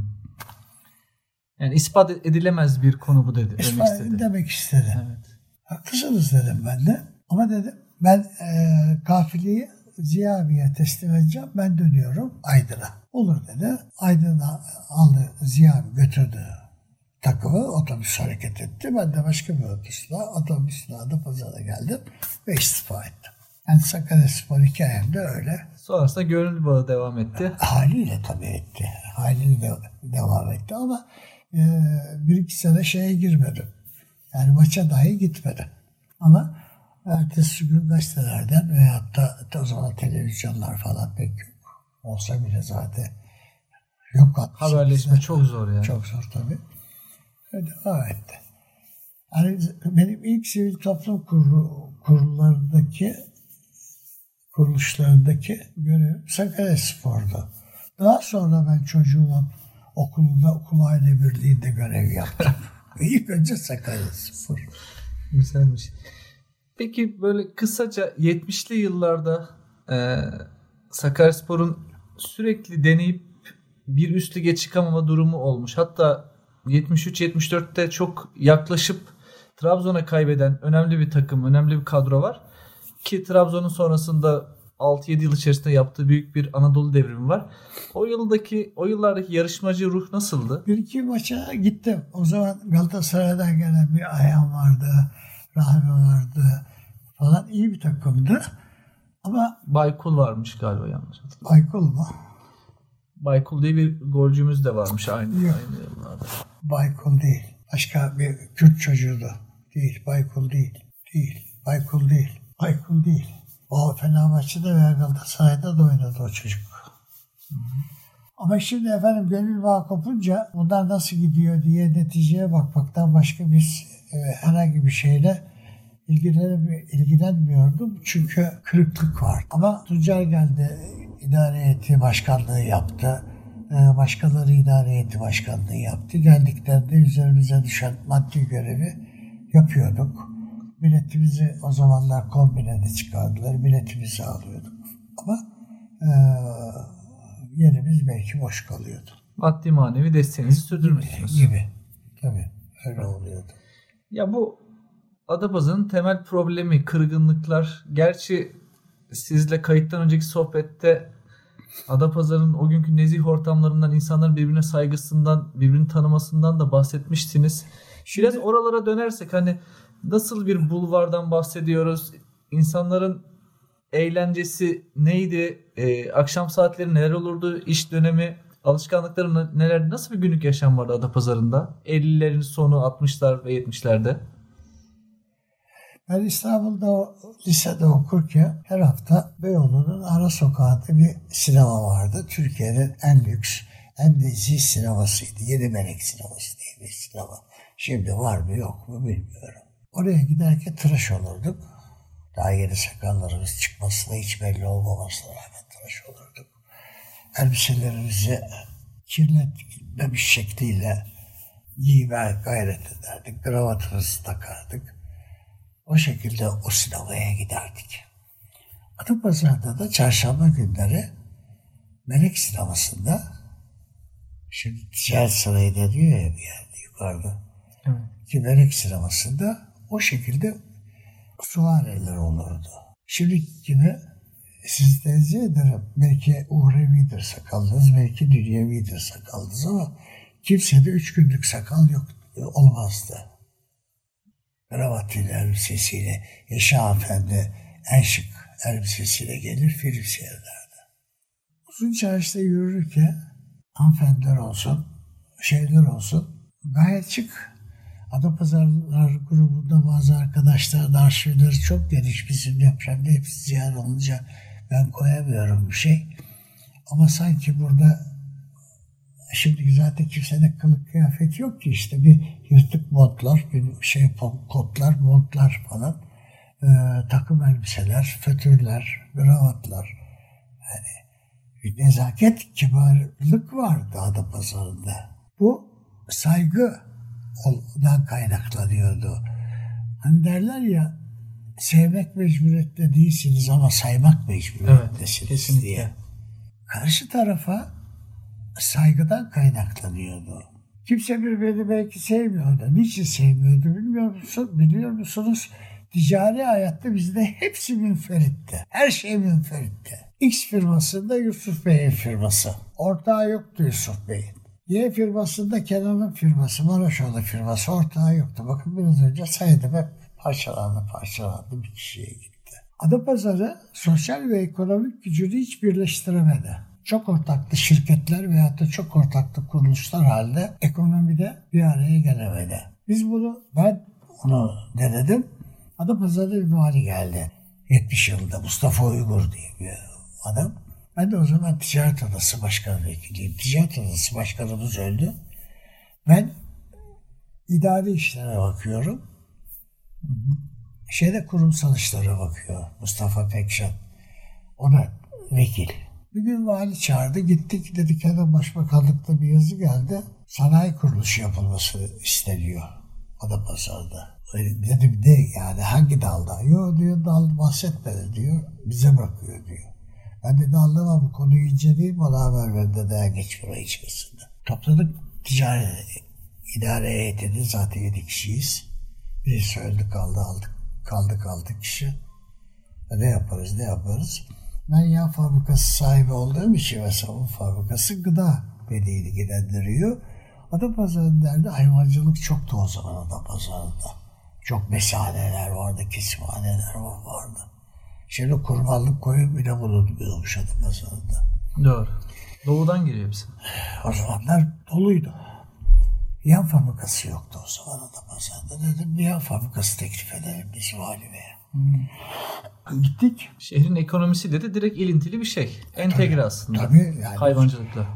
Speaker 1: Yani ispat edilemez bir konu bu dedi.
Speaker 2: İspat
Speaker 1: demek istedi.
Speaker 2: Demek istedi.
Speaker 1: Evet.
Speaker 2: Haklısınız dedim ben de. Ama dedim ben e, kafileyi Ziya abiye teslim edeceğim. Ben dönüyorum Aydın'a. Olur dedi. Aydın'a aldı, Ziya abi götürdü takımı. Otobüs hareket etti. Ben de başka bir otobüsle otobüsle Adapazarı'na geldim ve istifa ettim. Yani Sakaryaspor hikayem de öyle.
Speaker 1: Sonrasında gönül bağı devam etti.
Speaker 2: Haliyle tabii etti. Haliyle de devam etti ama e, bir iki sene şeye girmedim. Yani maça dahi gitmedim. Ama ertesi gün gazetelerden veyahut da o zaman televizyonlar falan pek yok. Olsa bile zaten yok.
Speaker 1: Haberleşme çok zor yani.
Speaker 2: Çok zor tabii. Ve devam etti. Yani benim ilk sivil toplum kurulu, kurullarındaki kuruluşlarındaki görevim Sakaryaspor'du. Daha sonra ben çocuğumun okulunda, okul aile birliğinde görev yaptım. İlk önce Sakaryaspor.
Speaker 1: Güzelmiş. Peki böyle kısaca yetmişli yıllarda e, Sakaryaspor'un sürekli deneyip bir üst lige çıkamama durumu olmuş. Hatta yetmiş üç yetmiş dörtte çok yaklaşıp Trabzon'a kaybeden önemli bir takım, önemli bir kadro var. Ki Trabzon'un sonrasında altı yedi yıl içerisinde yaptığı büyük bir Anadolu devrimi var. O yıldaki, o yıllardaki yarışmacı ruh nasıldı?
Speaker 2: Bir iki maça gittim. O zaman Galatasaray'dan gelen bir Ayhan vardı, Rahmi vardı falan, iyi bir takımdı. Ama
Speaker 1: Baykul varmış galiba, yanlış hatırlamıyorum.
Speaker 2: Baykul mu?
Speaker 1: Baykul diye bir golcümüz de varmış aynı,
Speaker 2: Yok.
Speaker 1: aynı yıllarda.
Speaker 2: Baykul değil. Başka bir Kürt çocuğuydu. Değil. Baykul değil. Değil. Baykul değil. Baykul değil. O Fenerbahçe'de veya Galatasaray'da da oynadı o çocuk. Hı hı. Ama şimdi efendim gönül bağı kopunca bunlar nasıl gidiyor diye neticeye bakmaktan başka bir e, herhangi bir şeyle ilgilenmi- ilgilenmiyordum. Çünkü kırıklık var. Ama Tuncer geldi, idare heyeti başkanlığı yaptı. E, başkaları idare heyeti başkanlığı yaptı. Geldiklerinde üzerimize düşen maddi görevi yapıyorduk. Biletimizi o zamanlar kombinede çıkardılar. Biletimizi alıyorduk. Ama e, yerimiz belki boş kalıyordu.
Speaker 1: Maddi manevi desteğinizi sürdürmüşsünüz.
Speaker 2: Gibi. Tabii. Öyle oluyordu.
Speaker 1: Ya bu Adapazarı'nın temel problemi kırgınlıklar. Gerçi sizle kayıttan önceki sohbette Adapazarı'nın o günkü nezih ortamlarından, insanların birbirine saygısından, birbirini tanımasından da bahsetmiştiniz. Biraz Şimdi, oralara dönersek hani nasıl bir bulvardan bahsediyoruz? İnsanların eğlencesi neydi? Ee, akşam saatleri neler olurdu? İş dönemi, alışkanlıkları neler? Nasıl bir günlük yaşam vardı Adapazarı'nda? ellilerin sonu, altmışlar ve yetmişlerde.
Speaker 2: Ben İstanbul'da lisede okurken her hafta Beyoğlu'nun ara sokağında bir sinema vardı. Türkiye'nin en lüks, en nezih sinemasıydı. Yeni Melek Sineması diye bir sinema. Şimdi var mı yok mu bilmiyorum. Oraya giderken tıraş olurduk. Daha yeni sakallarımız çıkmasına hiç belli olmamasına rağmen tıraş olurduk. Elbiselerimizi kirletmemiş şekliyle giymeye gayret ederdik. Kravatımızı takardık. O şekilde o sinemaya giderdik. Adapazarı'nda da çarşamba günleri Melek Sineması'nda, şimdi Ticaret Sarayı deniyor ya bir yerde yukarıda. Evet. Ki Melek Sineması'nda o şekilde suareler olurdu. Şimdi gibi siz tenzih ederim. Belki uhrevidir sakallınız, belki dünyevidir sakallınız ama kimsede üç günlük sakal yok, olmazdı. Kravatıyla, elbisesiyle, Yaşa Efendi en şık elbisesiyle gelir, film seyrederdi. Uzun Çarşı'da yürürken hanımefendiler olsun, şeyler olsun gayet şık. Adapazarlar grubunda bazı arkadaşların arşivleri çok geniş. Bizim depremde hepsi ziyan olunca ben koyamıyorum bir şey. Ama sanki burada şimdi zaten kimsenin kılık kıyafeti yok ki, işte bir yırtık montlar, bir şey kotlar, montlar falan, ee, takım elbiseler, fötürler, kravatlar. Yani bir nezaket, kibarlık vardı Adapazarı'nda. Bu saygıdan kaynaklanıyordu. Hani derler ya, sevmek mecburiyette değilsiniz ama saymak mecburiyettesiniz
Speaker 1: evet,
Speaker 2: diye. Karşı tarafa saygıdan kaynaklanıyordu. Kimse birbirini belki sevmiyordu. Niçin sevmiyordu bilmiyor musun? Biliyor musunuz? Ticari hayatta bizde hepsi münferitti. Her şey münferitti. X firmasında Yusuf Bey'in firması. Ortağı yoktu Yusuf Bey'in. Y firmasında Kenan'ın firması, Maraşoğlu firması, ortağı yoktu. Bakın biraz önce saydım, hep parçalandı parçalandı bir kişiye gitti. Adapazarı sosyal ve ekonomik gücünü hiç birleştiremedi. Çok ortaklı şirketler veyahut da çok ortaklı kuruluşlar halinde ekonomide bir araya gelemedi. Biz bunu, ben onu denedim. Adapazarı'da bir vali geldi. yetmiş yılında Mustafa Uygur diye bir adam. Ben de o zaman Ticaret Odası Başkanı vekiliyim. Ticaret Odası Başkanımız öldü. Ben idari işlere bakıyorum. Şeyde kurumsal işlere bakıyor Mustafa Pekşan. O da vekil. Bir gün vali çağırdı, gittik, dedi ki Başbakanlıkta bir yazı geldi. Sanayi kuruluşu yapılması isteniyor Adapazarı'da. Dedim ne yani, hangi dalda? Yok diyor, dal bahsetmedi diyor, bize bırakıyor diyor. Ben de anlamam, bu konuyu inceleyeyim, bana haber verdi daha geç burayı çıkasında. Topladık ticari idare heyetini, zaten yedi kişiyiz. Birisi öldü kaldı, aldık, kaldık altı kişi. Ne yaparız ne yaparız? Ben yağ fabrikası sahibi olduğum için ve sabun fabrikası gıda beni ilgilendiriyor. Adapazarı'nın derdi hayvancılık çoktu o zaman Adapazarı'nda. Çok mesaneler vardı, kesimhaneler vardı. Şimdi kurbanlık koyun bile bulunmuyormuş Adapazarı'nda.
Speaker 1: Doğru. Doğudan geliyor hepsi.
Speaker 2: O zamanlar doluydu. Yan fabrikası yoktu o zaman Adapazarı'nda. Dedim bir yan fabrikası teklif edelim biz vali beye. Hmm. Gittik.
Speaker 1: Şehrin ekonomisi de direkt ilintili bir şey. Entegre
Speaker 2: tabii,
Speaker 1: aslında.
Speaker 2: Tabii yani.
Speaker 1: Hayvancılıkla.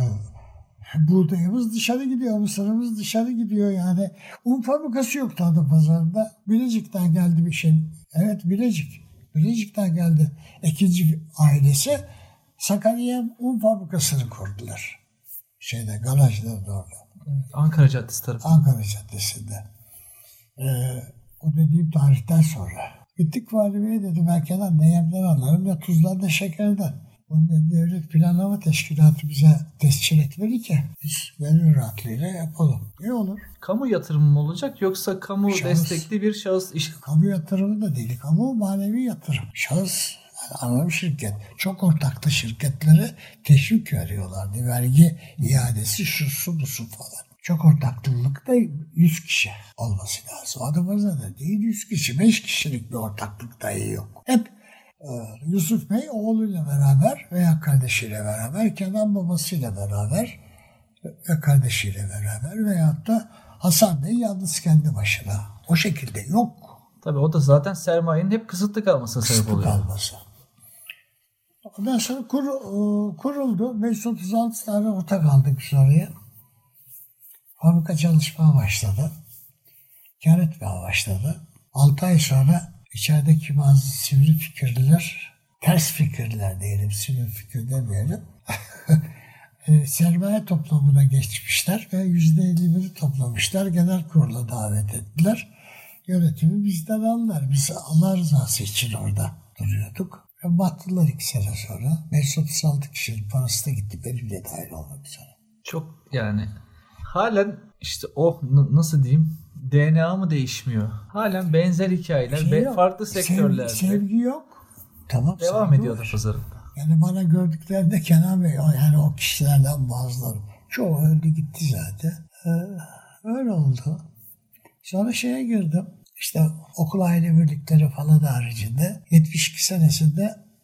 Speaker 2: Buğdayımız dışarı gidiyor, mısırımız dışarı gidiyor yani. Un fabrikası yoktu Adapazarı'nda. Bilecik'ten geldi bir şey. Evet, Bilecik. Bilecik'ten geldi ikinci ailesi. Sakarya'ya un fabrikasını kurdular. Şeyde, garajlarda orada.
Speaker 1: Ankara Caddesi tarafı.
Speaker 2: Ankara Caddesi'nde. Ee, o dediğim tarihten sonra. Gittik vali beye, dedi ben Kenan ne yemden alırım ya tuzdan da şekerden. Onun devlet planlama teşkilatı bize tescil etmeli ki biz gönül rahatlığıyla yapalım. Ne olur?
Speaker 1: Kamu yatırımı mı olacak yoksa kamu
Speaker 2: Şahıs.
Speaker 1: destekli bir şahıs iş?
Speaker 2: Kamu yatırımı da değil. Kamu manevi yatırım. Şahıs, yani anonim şirket. Çok ortaklı şirketlere teşvik veriyorlardı. Vergi iadesi, şusu busu falan. Çok ortaklılıkta yüz kişi olması lazım. Adapazarı'da değil yüz kişi. beş kişilik bir ortaklık dahi yok. Hep Yusuf Bey oğluyla beraber veya kardeşiyle beraber, Kenan babasıyla beraber ve kardeşiyle beraber veyahut da Hasan Bey yalnız kendi başına. O şekilde yok.
Speaker 1: Tabii o da zaten sermayenin hep kısıtlı kalmasına sebep
Speaker 2: Kısıtlı
Speaker 1: oluyor.
Speaker 2: kalması. Ondan sonra kur, kuruldu. beş yüz otuz altı tane ortak aldık biz oraya. Fabrika çalışmaya başladı. Kâr etmeye başladı. altı ay sonra İçerideki bazı sivri fikirliler, ters fikirliler diyelim, sivri fikir demeyelim, e, sermaye toplamına geçmişler ve yüzde elli biri toplamışlar. Genel kurula davet ettiler. Yönetimi bizden aldılar. Biz Allah rızası için orada duruyorduk. Ve battılar iki sene sonra. beş yüz otuz altı kişinin parası da gitti. Benim de dahil olmak üzere.
Speaker 1: Çok yani halen işte o n- nasıl diyeyim, D N A mı değişmiyor? Halen benzer hikayeler
Speaker 2: Şey
Speaker 1: ve
Speaker 2: yok,
Speaker 1: farklı sektörlerde.
Speaker 2: Sevgi, sevgi yok. Tamam,
Speaker 1: devam
Speaker 2: sevgi
Speaker 1: ediyor
Speaker 2: var.
Speaker 1: Adapazarı'nda.
Speaker 2: Yani bana gördüklerinde Kenan Bey, yani o kişilerden bazıları çoğu öldü gitti zaten. Ee, öyle oldu. Sonra şeye girdim. İşte okul aile birlikleri falan haricinde yetmiş iki senesinde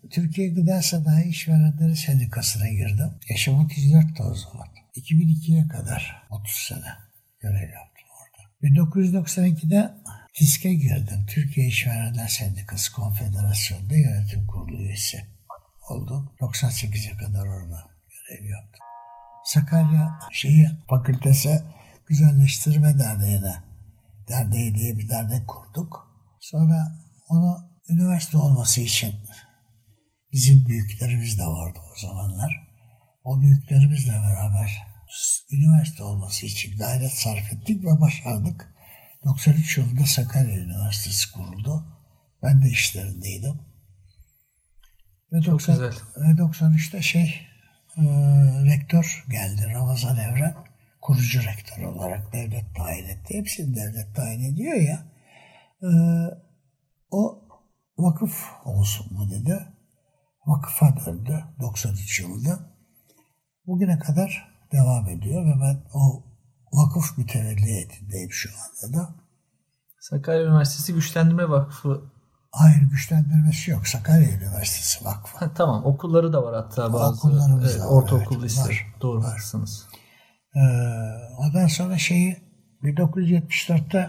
Speaker 2: Türkiye Gıda Sanayi İşverenleri Sendikası'na girdim. Yaşım otuz dörttü o zaman. iki bin ikiye kadar otuz sene görev yaptım orada. bin dokuz yüz doksan ikide TİSK'e girdim. Türkiye İşverenler Sendikası Konfederasyonu'nda yönetim kurulu üyesi oldum. doksan sekize kadar orada görev yaptım. Sakarya şeyi fakültesi Güzelleştirme Derneği'ne derneği diye bir dernek kurduk. Sonra onu üniversite olması için bizim büyüklerimiz de vardı o zamanlar. O büyüklerimizle beraber üniversite olması için gayret sarf ettik ve başardık. doksan üç yılında Sakarya Üniversitesi kuruldu. Ben de işlerindeydim. Ve,
Speaker 1: Çok
Speaker 2: doksan,
Speaker 1: güzel.
Speaker 2: ve doksan üçte şey e, rektör geldi, Ramazan Evren. Kurucu rektör olarak devlet tayin etti. Hepsini devlet tayin ediyor ya. E, o vakıf olsun mu dedi. Vakıfa döndü doksan üç yılında. Bugüne kadar devam ediyor ve ben o vakıf mütevelliyetindeyim şu anda da.
Speaker 1: Sakarya Üniversitesi Güçlendirme Vakfı.
Speaker 2: Hayır, güçlendirmesi yok. Sakarya Üniversitesi Vakfı.
Speaker 1: Ha, tamam, okulları da var hatta bazı.
Speaker 2: Okullarımız
Speaker 1: Evet,
Speaker 2: da var,
Speaker 1: ortaokul
Speaker 2: evet,
Speaker 1: liseleri.
Speaker 2: var,
Speaker 1: Doğru,
Speaker 2: var.
Speaker 1: haklısınız.
Speaker 2: Ee, ondan sonra şeyi bin dokuz yüz yetmiş dörtte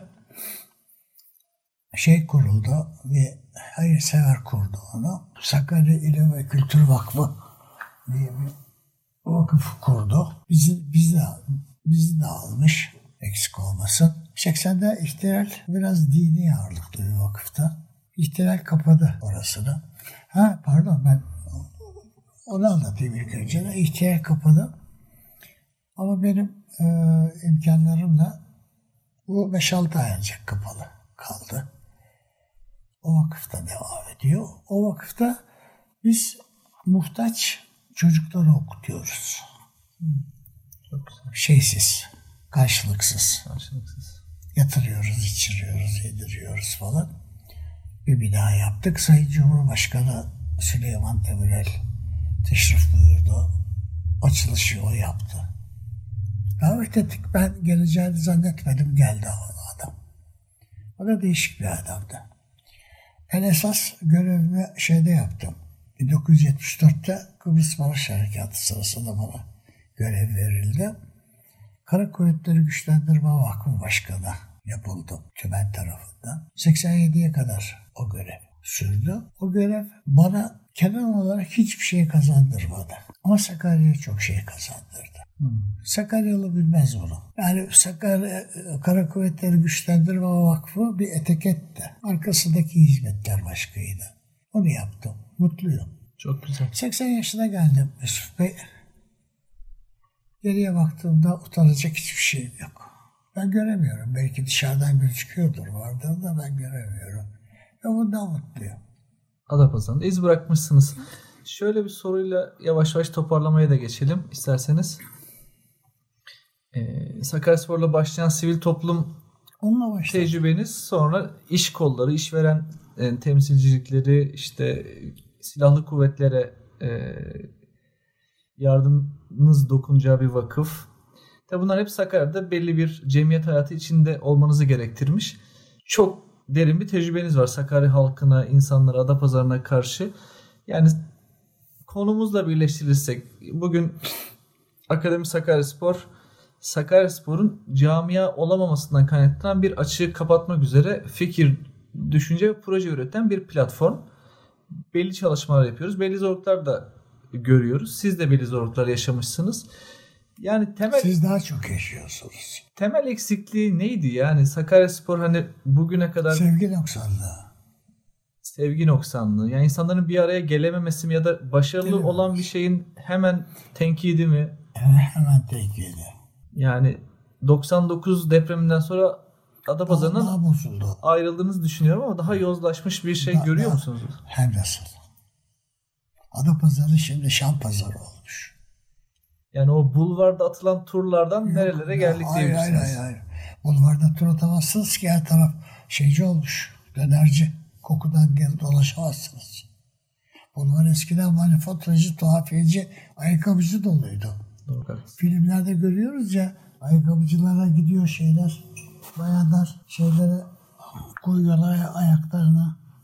Speaker 2: şey kuruldu. Bir hayırsever kurdu onu. Sakarya İlim ve Kültür Vakfı diye bir vakıf kurdu. Bizi, bizi, de, bizi de almış, eksik olmasın. seksende ihtilal biraz dini ağırlıklı bir vakıfta. İhtilal kapadı orasını. Ha pardon, ben onu anlatayım ilk önce. İhtilal kapadı. Ama benim e, imkanlarımla bu beş altı ay ancak kapalı kaldı. O vakıfta devam ediyor. O vakıfta biz muhtaç çocukları okutuyoruz.
Speaker 1: Çok güzel.
Speaker 2: Şeysiz, karşılıksız.
Speaker 1: Karşılıksız.
Speaker 2: Yatırıyoruz, içiriyoruz, yediriyoruz falan. Bir bina yaptık. Sayın Cumhurbaşkanı Süleyman Demirel teşrif buyurdu. Açılışı o yaptı. Davet ettik. Ben geleceğini zannetmedim. Geldi adam. O da değişik bir adamdı. Ben esas görevimi şeyde yaptım. bin dokuz yüz yetmiş dörtte Kıbrıs Barış Harekatı sırasında bana görev verildi. Kara Kuvvetleri Güçlendirme Vakfı Başkanı yapıldı TÜMEN tarafından. seksen yediye kadar o görev sürdü. O görev bana kenar olarak hiçbir şey kazandırmadı. Ama Sakarya'ya çok şey kazandırdı. Hmm. Sakaryalı bilmez bunu. Yani Sakarya Kara Kuvvetleri Güçlendirme Vakfı bir etiketti. Arkasındaki hizmetler başkaydı. Onu yaptım. Mutluyum.
Speaker 1: Çok güzel.
Speaker 2: seksen yaşına geldim Yusuf Bey. Geriye baktığımda utanacak hiçbir şeyim yok. Ben göremiyorum. Belki dışarıdan gözüküyordur vardır da ben göremiyorum. Ve bundan mutluyum.
Speaker 1: Adapazarı'nda iz bırakmışsınız. Şöyle bir soruyla yavaş yavaş toparlamaya da geçelim isterseniz. Ee, Sakaryaspor'la başlayan sivil toplum
Speaker 2: Onunla başladım.
Speaker 1: tecrübeniz, sonra iş kolları, işveren e, temsilcilikleri, işte silahlı kuvvetlere e, yardımınız dokunacağı bir vakıf. Tabi bunlar hep Sakarya'da belli bir cemiyet hayatı içinde olmanızı gerektirmiş. Çok derin bir tecrübeniz var Sakarya halkına, insanlara, Adapazarı'na karşı. Yani konumuzla birleştirirsek bugün Akademi Sakaryaspor, Sakaryaspor'un camia olamamasından kaynaklanan bir açığı kapatmak üzere fikir, düşünce ve proje üreten bir platform. Belli çalışmalar yapıyoruz. Belli zorluklar da görüyoruz. Siz de belli zorluklar yaşamışsınız. Yani temel
Speaker 2: Siz daha çok yaşıyorsunuz.
Speaker 1: temel eksikliği neydi? Yani Sakaryaspor hani bugüne kadar
Speaker 2: Sevgi noksanlığı.
Speaker 1: sevgi noksanlığı. Yani insanların bir araya gelememesi mi ya da başarılı
Speaker 2: Değil mi?
Speaker 1: olan bir şeyin hemen tenkidi mi?
Speaker 2: Hemen tenkidi.
Speaker 1: Yani doksan dokuz depreminden sonra Adapazarı'ndan
Speaker 2: Daha bozuldu.
Speaker 1: ayrıldığınızı düşünüyorum ama daha yozlaşmış bir şey
Speaker 2: Daha-
Speaker 1: görüyor
Speaker 2: daha-
Speaker 1: musunuz?
Speaker 2: Hem nasıl? Adapazarı şimdi Şam pazarı olmuş.
Speaker 1: Yani o bulvarda atılan turlardan
Speaker 2: Yok,
Speaker 1: nerelere geldik
Speaker 2: hayır,
Speaker 1: diyebilirsiniz.
Speaker 2: hayır, hayır, hayır. Bulvarda tur atamazsınız ki, her taraf şeyci olmuş. Dönerci. Kokudan gelip dolaşamazsınız. Bulvar eskiden manifaturacı, tuhafiyeci, ayakkabıcı doluydu.
Speaker 1: Doğru, haklısınız.
Speaker 2: Filmlerde görüyoruz ya, ayakkabıcılara gidiyor şeyler, bayanlar şeylere koyuyorlar ayaklarına.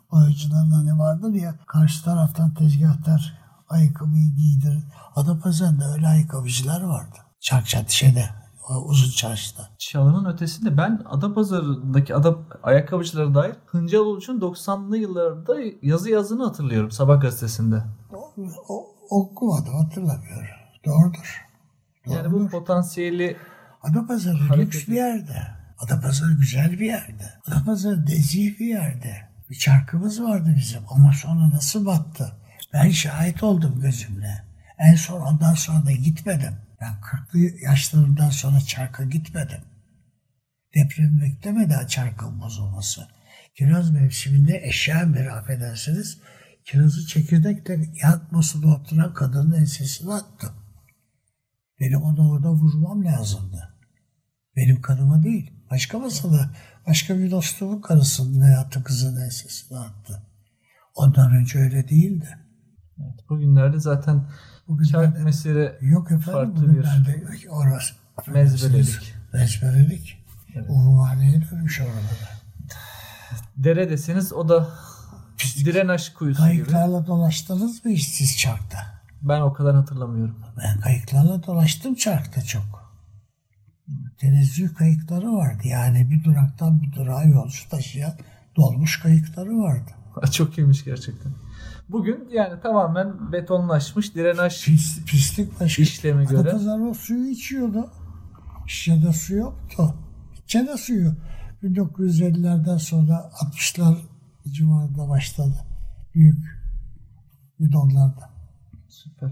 Speaker 2: boyacıların hani vardır ya, karşı taraftan tezgahtar ayakkabıyı giydirir. Adapazarı'nda öyle ayakkabıcılar vardı. Çarkçat şeyde, o uzun çarşıda.
Speaker 1: Çalının ötesinde ben Adapazarı'ndaki adap ayakkabıcılara dair Hıncaloğlu'nun doksanlı yıllarda yazı yazdığını hatırlıyorum Sabah gazetesinde.
Speaker 2: O, o, okumadım, hatırlamıyorum. Doğrudur.
Speaker 1: Yani bu potansiyeli
Speaker 2: Adapazarı
Speaker 1: hareket
Speaker 2: lüks bir yerde. Adapazarı güzel bir yerde. Adapazarı nezih bir yerde. Bir çarkımız vardı bizim ama sonra nasıl battı? Ben şahit oldum gözümle. En son ondan sonra da gitmedim. Ben kırklı yaşlarımdan sonra çarka gitmedim. Deprem beklemedi ha çarkın bozulması. Kiraz mevsiminde eşya bir affedersiniz. Kirazı çekirdekle yatmasında oturan kadının ensesine attım. Benim onu orada vurmam lazımdı. Benim karıma değil. Başka masada başka bir dostumun karısının hayatı kızının ensesine attı. Ondan önce öyle değildi.
Speaker 1: Evet, bugünlerde zaten
Speaker 2: Bugünlerde,
Speaker 1: çark mesele
Speaker 2: yok efendim,
Speaker 1: farklı
Speaker 2: bugünlerde orası.
Speaker 1: mezbelelik.
Speaker 2: Mezbelelik.
Speaker 1: Evet.
Speaker 2: Umumaneye dönmüş oralara.
Speaker 1: Dere deseniz o da direnç kuyusu gibi.
Speaker 2: Kayıklarla dolaştınız mı hiç siz çarkta?
Speaker 1: Ben o kadar hatırlamıyorum.
Speaker 2: Ben kayıklarla dolaştım çarkta çok. Tenezzül kayıkları vardı. Yani bir duraktan bir durağa yolcu taşıyan dolmuş kayıkları vardı.
Speaker 1: Çok iyiymiş gerçekten. Bugün yani tamamen betonlaşmış direnç
Speaker 2: Pis, pislik başka.
Speaker 1: işlemi göre.
Speaker 2: Adapazarı o suyu içiyordu. İşçede su yoktu. İçede suyu. bin dokuz yüz ellilerden sonra altmışlar civarında başladı. Büyük bidonlarda.
Speaker 1: Süper.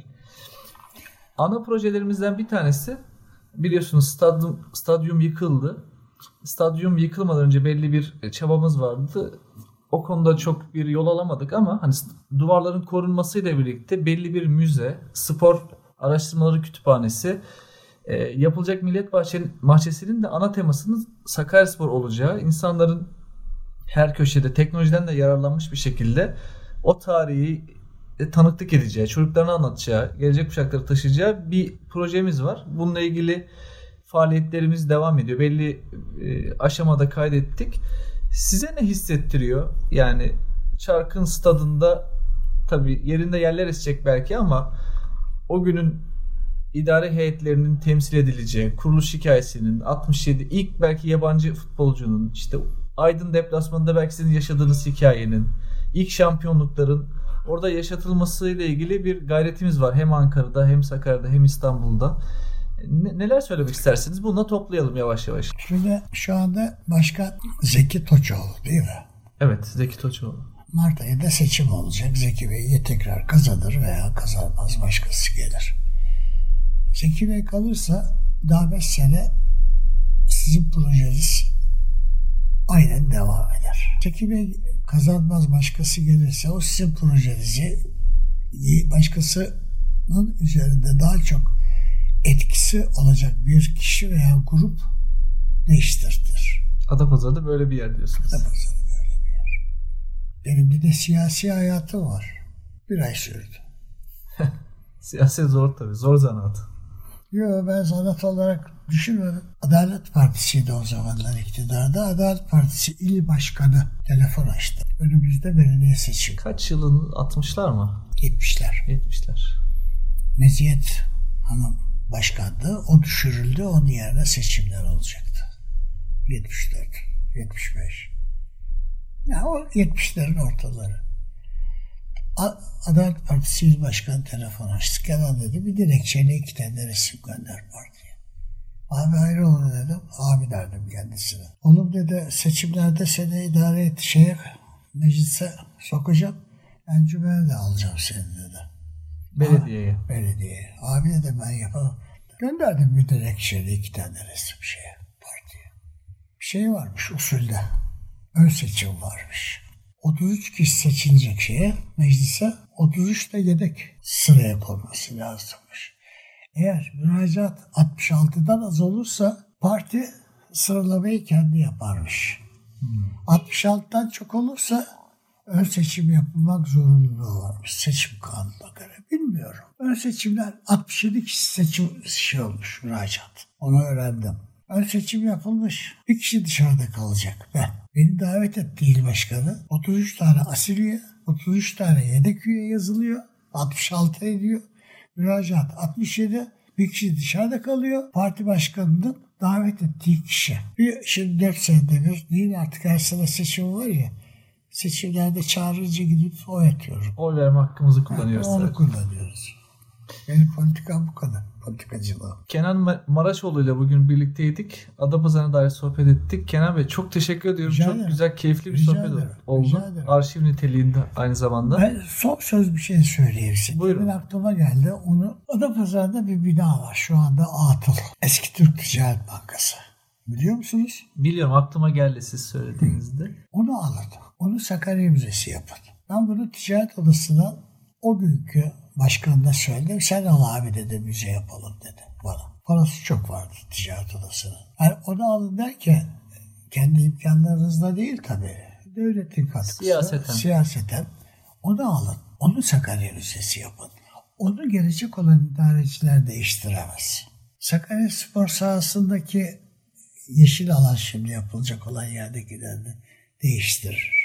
Speaker 1: Ana projelerimizden bir tanesi, biliyorsunuz stadyum, stadyum yıkıldı. Stadyum yıkılmadan önce belli bir çabamız vardı. O konuda çok bir yol alamadık ama hani duvarların korunmasıyla birlikte belli bir müze, spor araştırmaları kütüphanesi, e, yapılacak Millet Bahçesi'nin de ana temasının Sakaryaspor olacağı, insanların her köşede teknolojiden de yararlanmış bir şekilde o tarihi e, tanıklık edeceği, çocuklarına anlatacağı, gelecek kuşakları taşıyacağı bir projemiz var. Bununla ilgili faaliyetlerimiz devam ediyor. Belli e, aşamada kaydettik. Size ne hissettiriyor? Yani Çark'ın stadında tabii yerinde yerler esecek belki ama o günün idare heyetlerinin temsil edileceği, kuruluş hikayesinin, altmış yedi ilk belki yabancı futbolcunun, işte Aydın deplasmanında belki sizin yaşadığınız hikayenin, ilk şampiyonlukların orada yaşatılmasıyla ilgili bir gayretimiz var. Hem Ankara'da hem Sakarya'da hem İstanbul'da. Ne, neler söylemek istersiniz? Bununla toplayalım yavaş yavaş.
Speaker 2: Şimdi şu anda Başkan Zeki Toçoğlu değil mi?
Speaker 1: Evet, Zeki Toçoğlu.
Speaker 2: Mart ayında seçim olacak. Zeki Bey ya tekrar kazanır veya kazanmaz, başkası gelir. Zeki Bey kalırsa daha beş sene sizin projeniz aynen devam eder. Zeki Bey kazanmaz, başkası gelirse o sizin projenizi başkasının üzerinde daha çok etkisi olacak bir kişi veya grup değiştirtir.
Speaker 1: Adapazarı'da böyle bir yer diyorsunuz.
Speaker 2: Adapazarı böyle bir yer. Benim bir de siyasi hayatım var. Bir ay sürdü.
Speaker 1: Siyaset zor tabii. Zor zanaat.
Speaker 2: Yok, ben sanat olarak düşünmedim. Adalet Partisi'ydi o zamanlar iktidarda. Adalet Partisi il başkanı telefon açtı. Önümüzde belediye seçimi.
Speaker 1: Kaç yılın altmışlar mı?
Speaker 2: yetmişler.
Speaker 1: yetmişler.
Speaker 2: Meziyet Hanım başkandı. O düşürüldü. Onun yerine seçimler olacaktı. yetmiş dört, yetmiş beş. Ya o yetmişlerin ortaları. Adalet Partisi İl Başkanı telefon açtı. Kenan dedi, bir dilekçeyle iki tane resim gönder partiye. Abi hayrola dedim. Abi derdim kendisine. Oğlum dedi, seçimlerde seni idare et şeye, meclise sokacağım. Encümene de alacağım seni dedi.
Speaker 1: Belediyeye.
Speaker 2: Ha, belediyeye. Abi dedim, ben yapamam. Gönderdim bir dilekçeyle iki tane resim şeye, partiye. Bir şey varmış usulde. Ön seçim varmış. otuz üç kişi seçilecek şeye, meclise otuz üç de yedek sıraya konması lazımmış. Eğer müracaat altmış altıdan az olursa parti sıralamayı kendi yaparmış. Hmm. altmış altıdan çok olursa ön seçim yapılmak zorunluluğu varmış seçim kanununa göre. Bilmiyorum. Ön seçimler altmış yedi kişi seçim şey olmuş müracaat. Onu öğrendim. Ön seçim yapılmış. Bir kişi dışarıda kalacak. Ben. Beni davet etti il başkanı. otuz üç tane asil üye, otuz üç tane yedek üye yazılıyor. altmış altı ediyor. Müracaat altmış yedi. Bir kişi dışarıda kalıyor. Parti başkanının davet ettiği kişi. Bir, şimdi dört senede bir değil artık, her sene seçim var ya. Seçimlerde çağırınca gidip oy atıyorum.
Speaker 1: Oy verme hakkımızı kullanıyoruz.
Speaker 2: Yani onu
Speaker 1: tabii.
Speaker 2: kullanıyoruz. Benim politikam bu kadar. Politikacılığım.
Speaker 1: Kenan Ma- Maraşoğlu ile bugün birlikteydik. Adapazarı'na dair sohbet ettik. Kenan Bey çok teşekkür ediyorum.
Speaker 2: Rica
Speaker 1: çok
Speaker 2: ederim.
Speaker 1: güzel, keyifli bir
Speaker 2: Rica
Speaker 1: sohbet
Speaker 2: ederim.
Speaker 1: oldu.
Speaker 2: Rica ederim.
Speaker 1: Arşiv niteliğinde aynı zamanda.
Speaker 2: Ben son söz bir şey söyleyeyim size.
Speaker 1: Buyurun.
Speaker 2: Demin aklıma geldi. Onu, Adapazarı'nda bir bina var. Şu anda atıl. Eski Türk Ticaret Bankası. Biliyor musunuz?
Speaker 1: Biliyorum, aklıma geldi siz söylediğinizde.
Speaker 2: Onu alın. Onu Sakarya Müzesi yapın. Ben bunu ticaret odasına o günkü başkanına söyledim. Sen al abi dedi, müze yapalım dedi bana. Parası çok vardı ticaret odasının. Yani onu alın derken kendi imkanlarınızla değil tabii. Devletin katkısı.
Speaker 1: Siyaseten.
Speaker 2: Siyaseten. Onu alın. Onu Sakarya Müzesi yapın. Onu gelecek olan idareciler değiştiremez. Sakarya Spor sahasındaki yeşil alan şimdi yapılacak olan yerdekilerini değiştirir.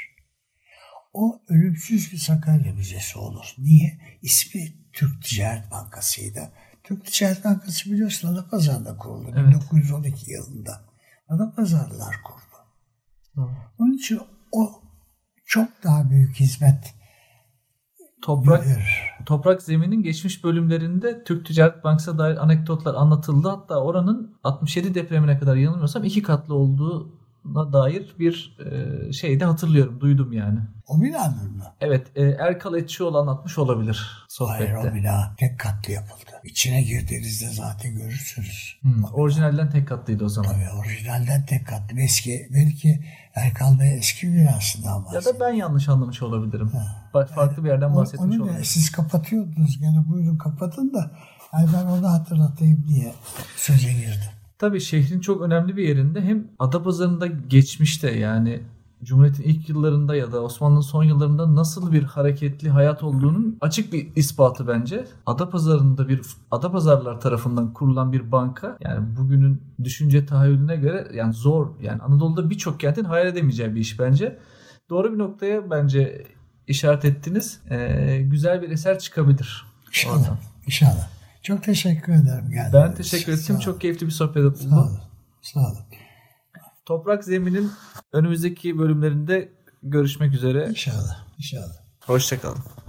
Speaker 2: O ölümsüz bir Sakarya Müzesi olur. Niye? İsmi Türk Ticaret Bankası'ydı. Türk Ticaret Bankası biliyorsun Adapazarı'nda kuruldu.
Speaker 1: Evet.
Speaker 2: bin dokuz yüz on iki yılında. Adapazarlılar kurdu.
Speaker 1: Hı.
Speaker 2: Onun için o çok daha büyük hizmet
Speaker 1: Toprak
Speaker 2: verir.
Speaker 1: Toprak Zemin'in geçmiş bölümlerinde Türk Ticaret Bankası'na dair anekdotlar anlatıldı. Hatta oranın altmış yedi depremine kadar yanılmıyorsam iki katlı olduğuna dair bir e, şey de hatırlıyorum. Duydum yani.
Speaker 2: O binanın mı?
Speaker 1: Evet, e, Erkal Etçioğlu anlatmış olabilir sohbette.
Speaker 2: Hayır, o bina tek katlı yapıldı. İçine girdiğinizde zaten görürsünüz.
Speaker 1: Hmm, orijinalden tek katlıydı o zaman.
Speaker 2: Tabii orijinalden tek katlı. Eski, belki Erkal Bey eski binasından
Speaker 1: Ya
Speaker 2: bahsediyor.
Speaker 1: da ben yanlış anlamış olabilirim. Ba- Farklı bir yerden
Speaker 2: O-
Speaker 1: bahsetmiş
Speaker 2: onu da
Speaker 1: olabilirim.
Speaker 2: siz kapatıyordunuz. Gene buyurun kapatın da yani ben onu hatırlatayım diye söze girdim.
Speaker 1: Tabii şehrin çok önemli bir yerinde, hem Adapazarı'nda geçmişte, yani Cumhuriyet'in ilk yıllarında ya da Osmanlı'nın son yıllarında nasıl bir hareketli hayat olduğunun açık bir ispatı bence. Adapazarı'nda bir Adapazarlılar tarafından kurulan bir banka, yani bugünün düşünce tahayyülüne göre yani zor, yani Anadolu'da birçok kentin hayal edemeyeceği bir iş bence. Doğru bir noktaya bence işaret ettiniz. Ee, güzel bir eser çıkabilir
Speaker 2: İnşallah.
Speaker 1: oradan.
Speaker 2: İnşallah. Çok teşekkür ederim. Geldiğiniz
Speaker 1: Ben
Speaker 2: için.
Speaker 1: teşekkür
Speaker 2: Sağ
Speaker 1: ettim.
Speaker 2: olun.
Speaker 1: Çok keyifli bir sohbet oldu.
Speaker 2: Sağ olun. Sağ olun.
Speaker 1: Toprak Zemin'in önümüzdeki bölümlerinde görüşmek üzere.
Speaker 2: İnşallah. İnşallah.
Speaker 1: Hoşça kalın.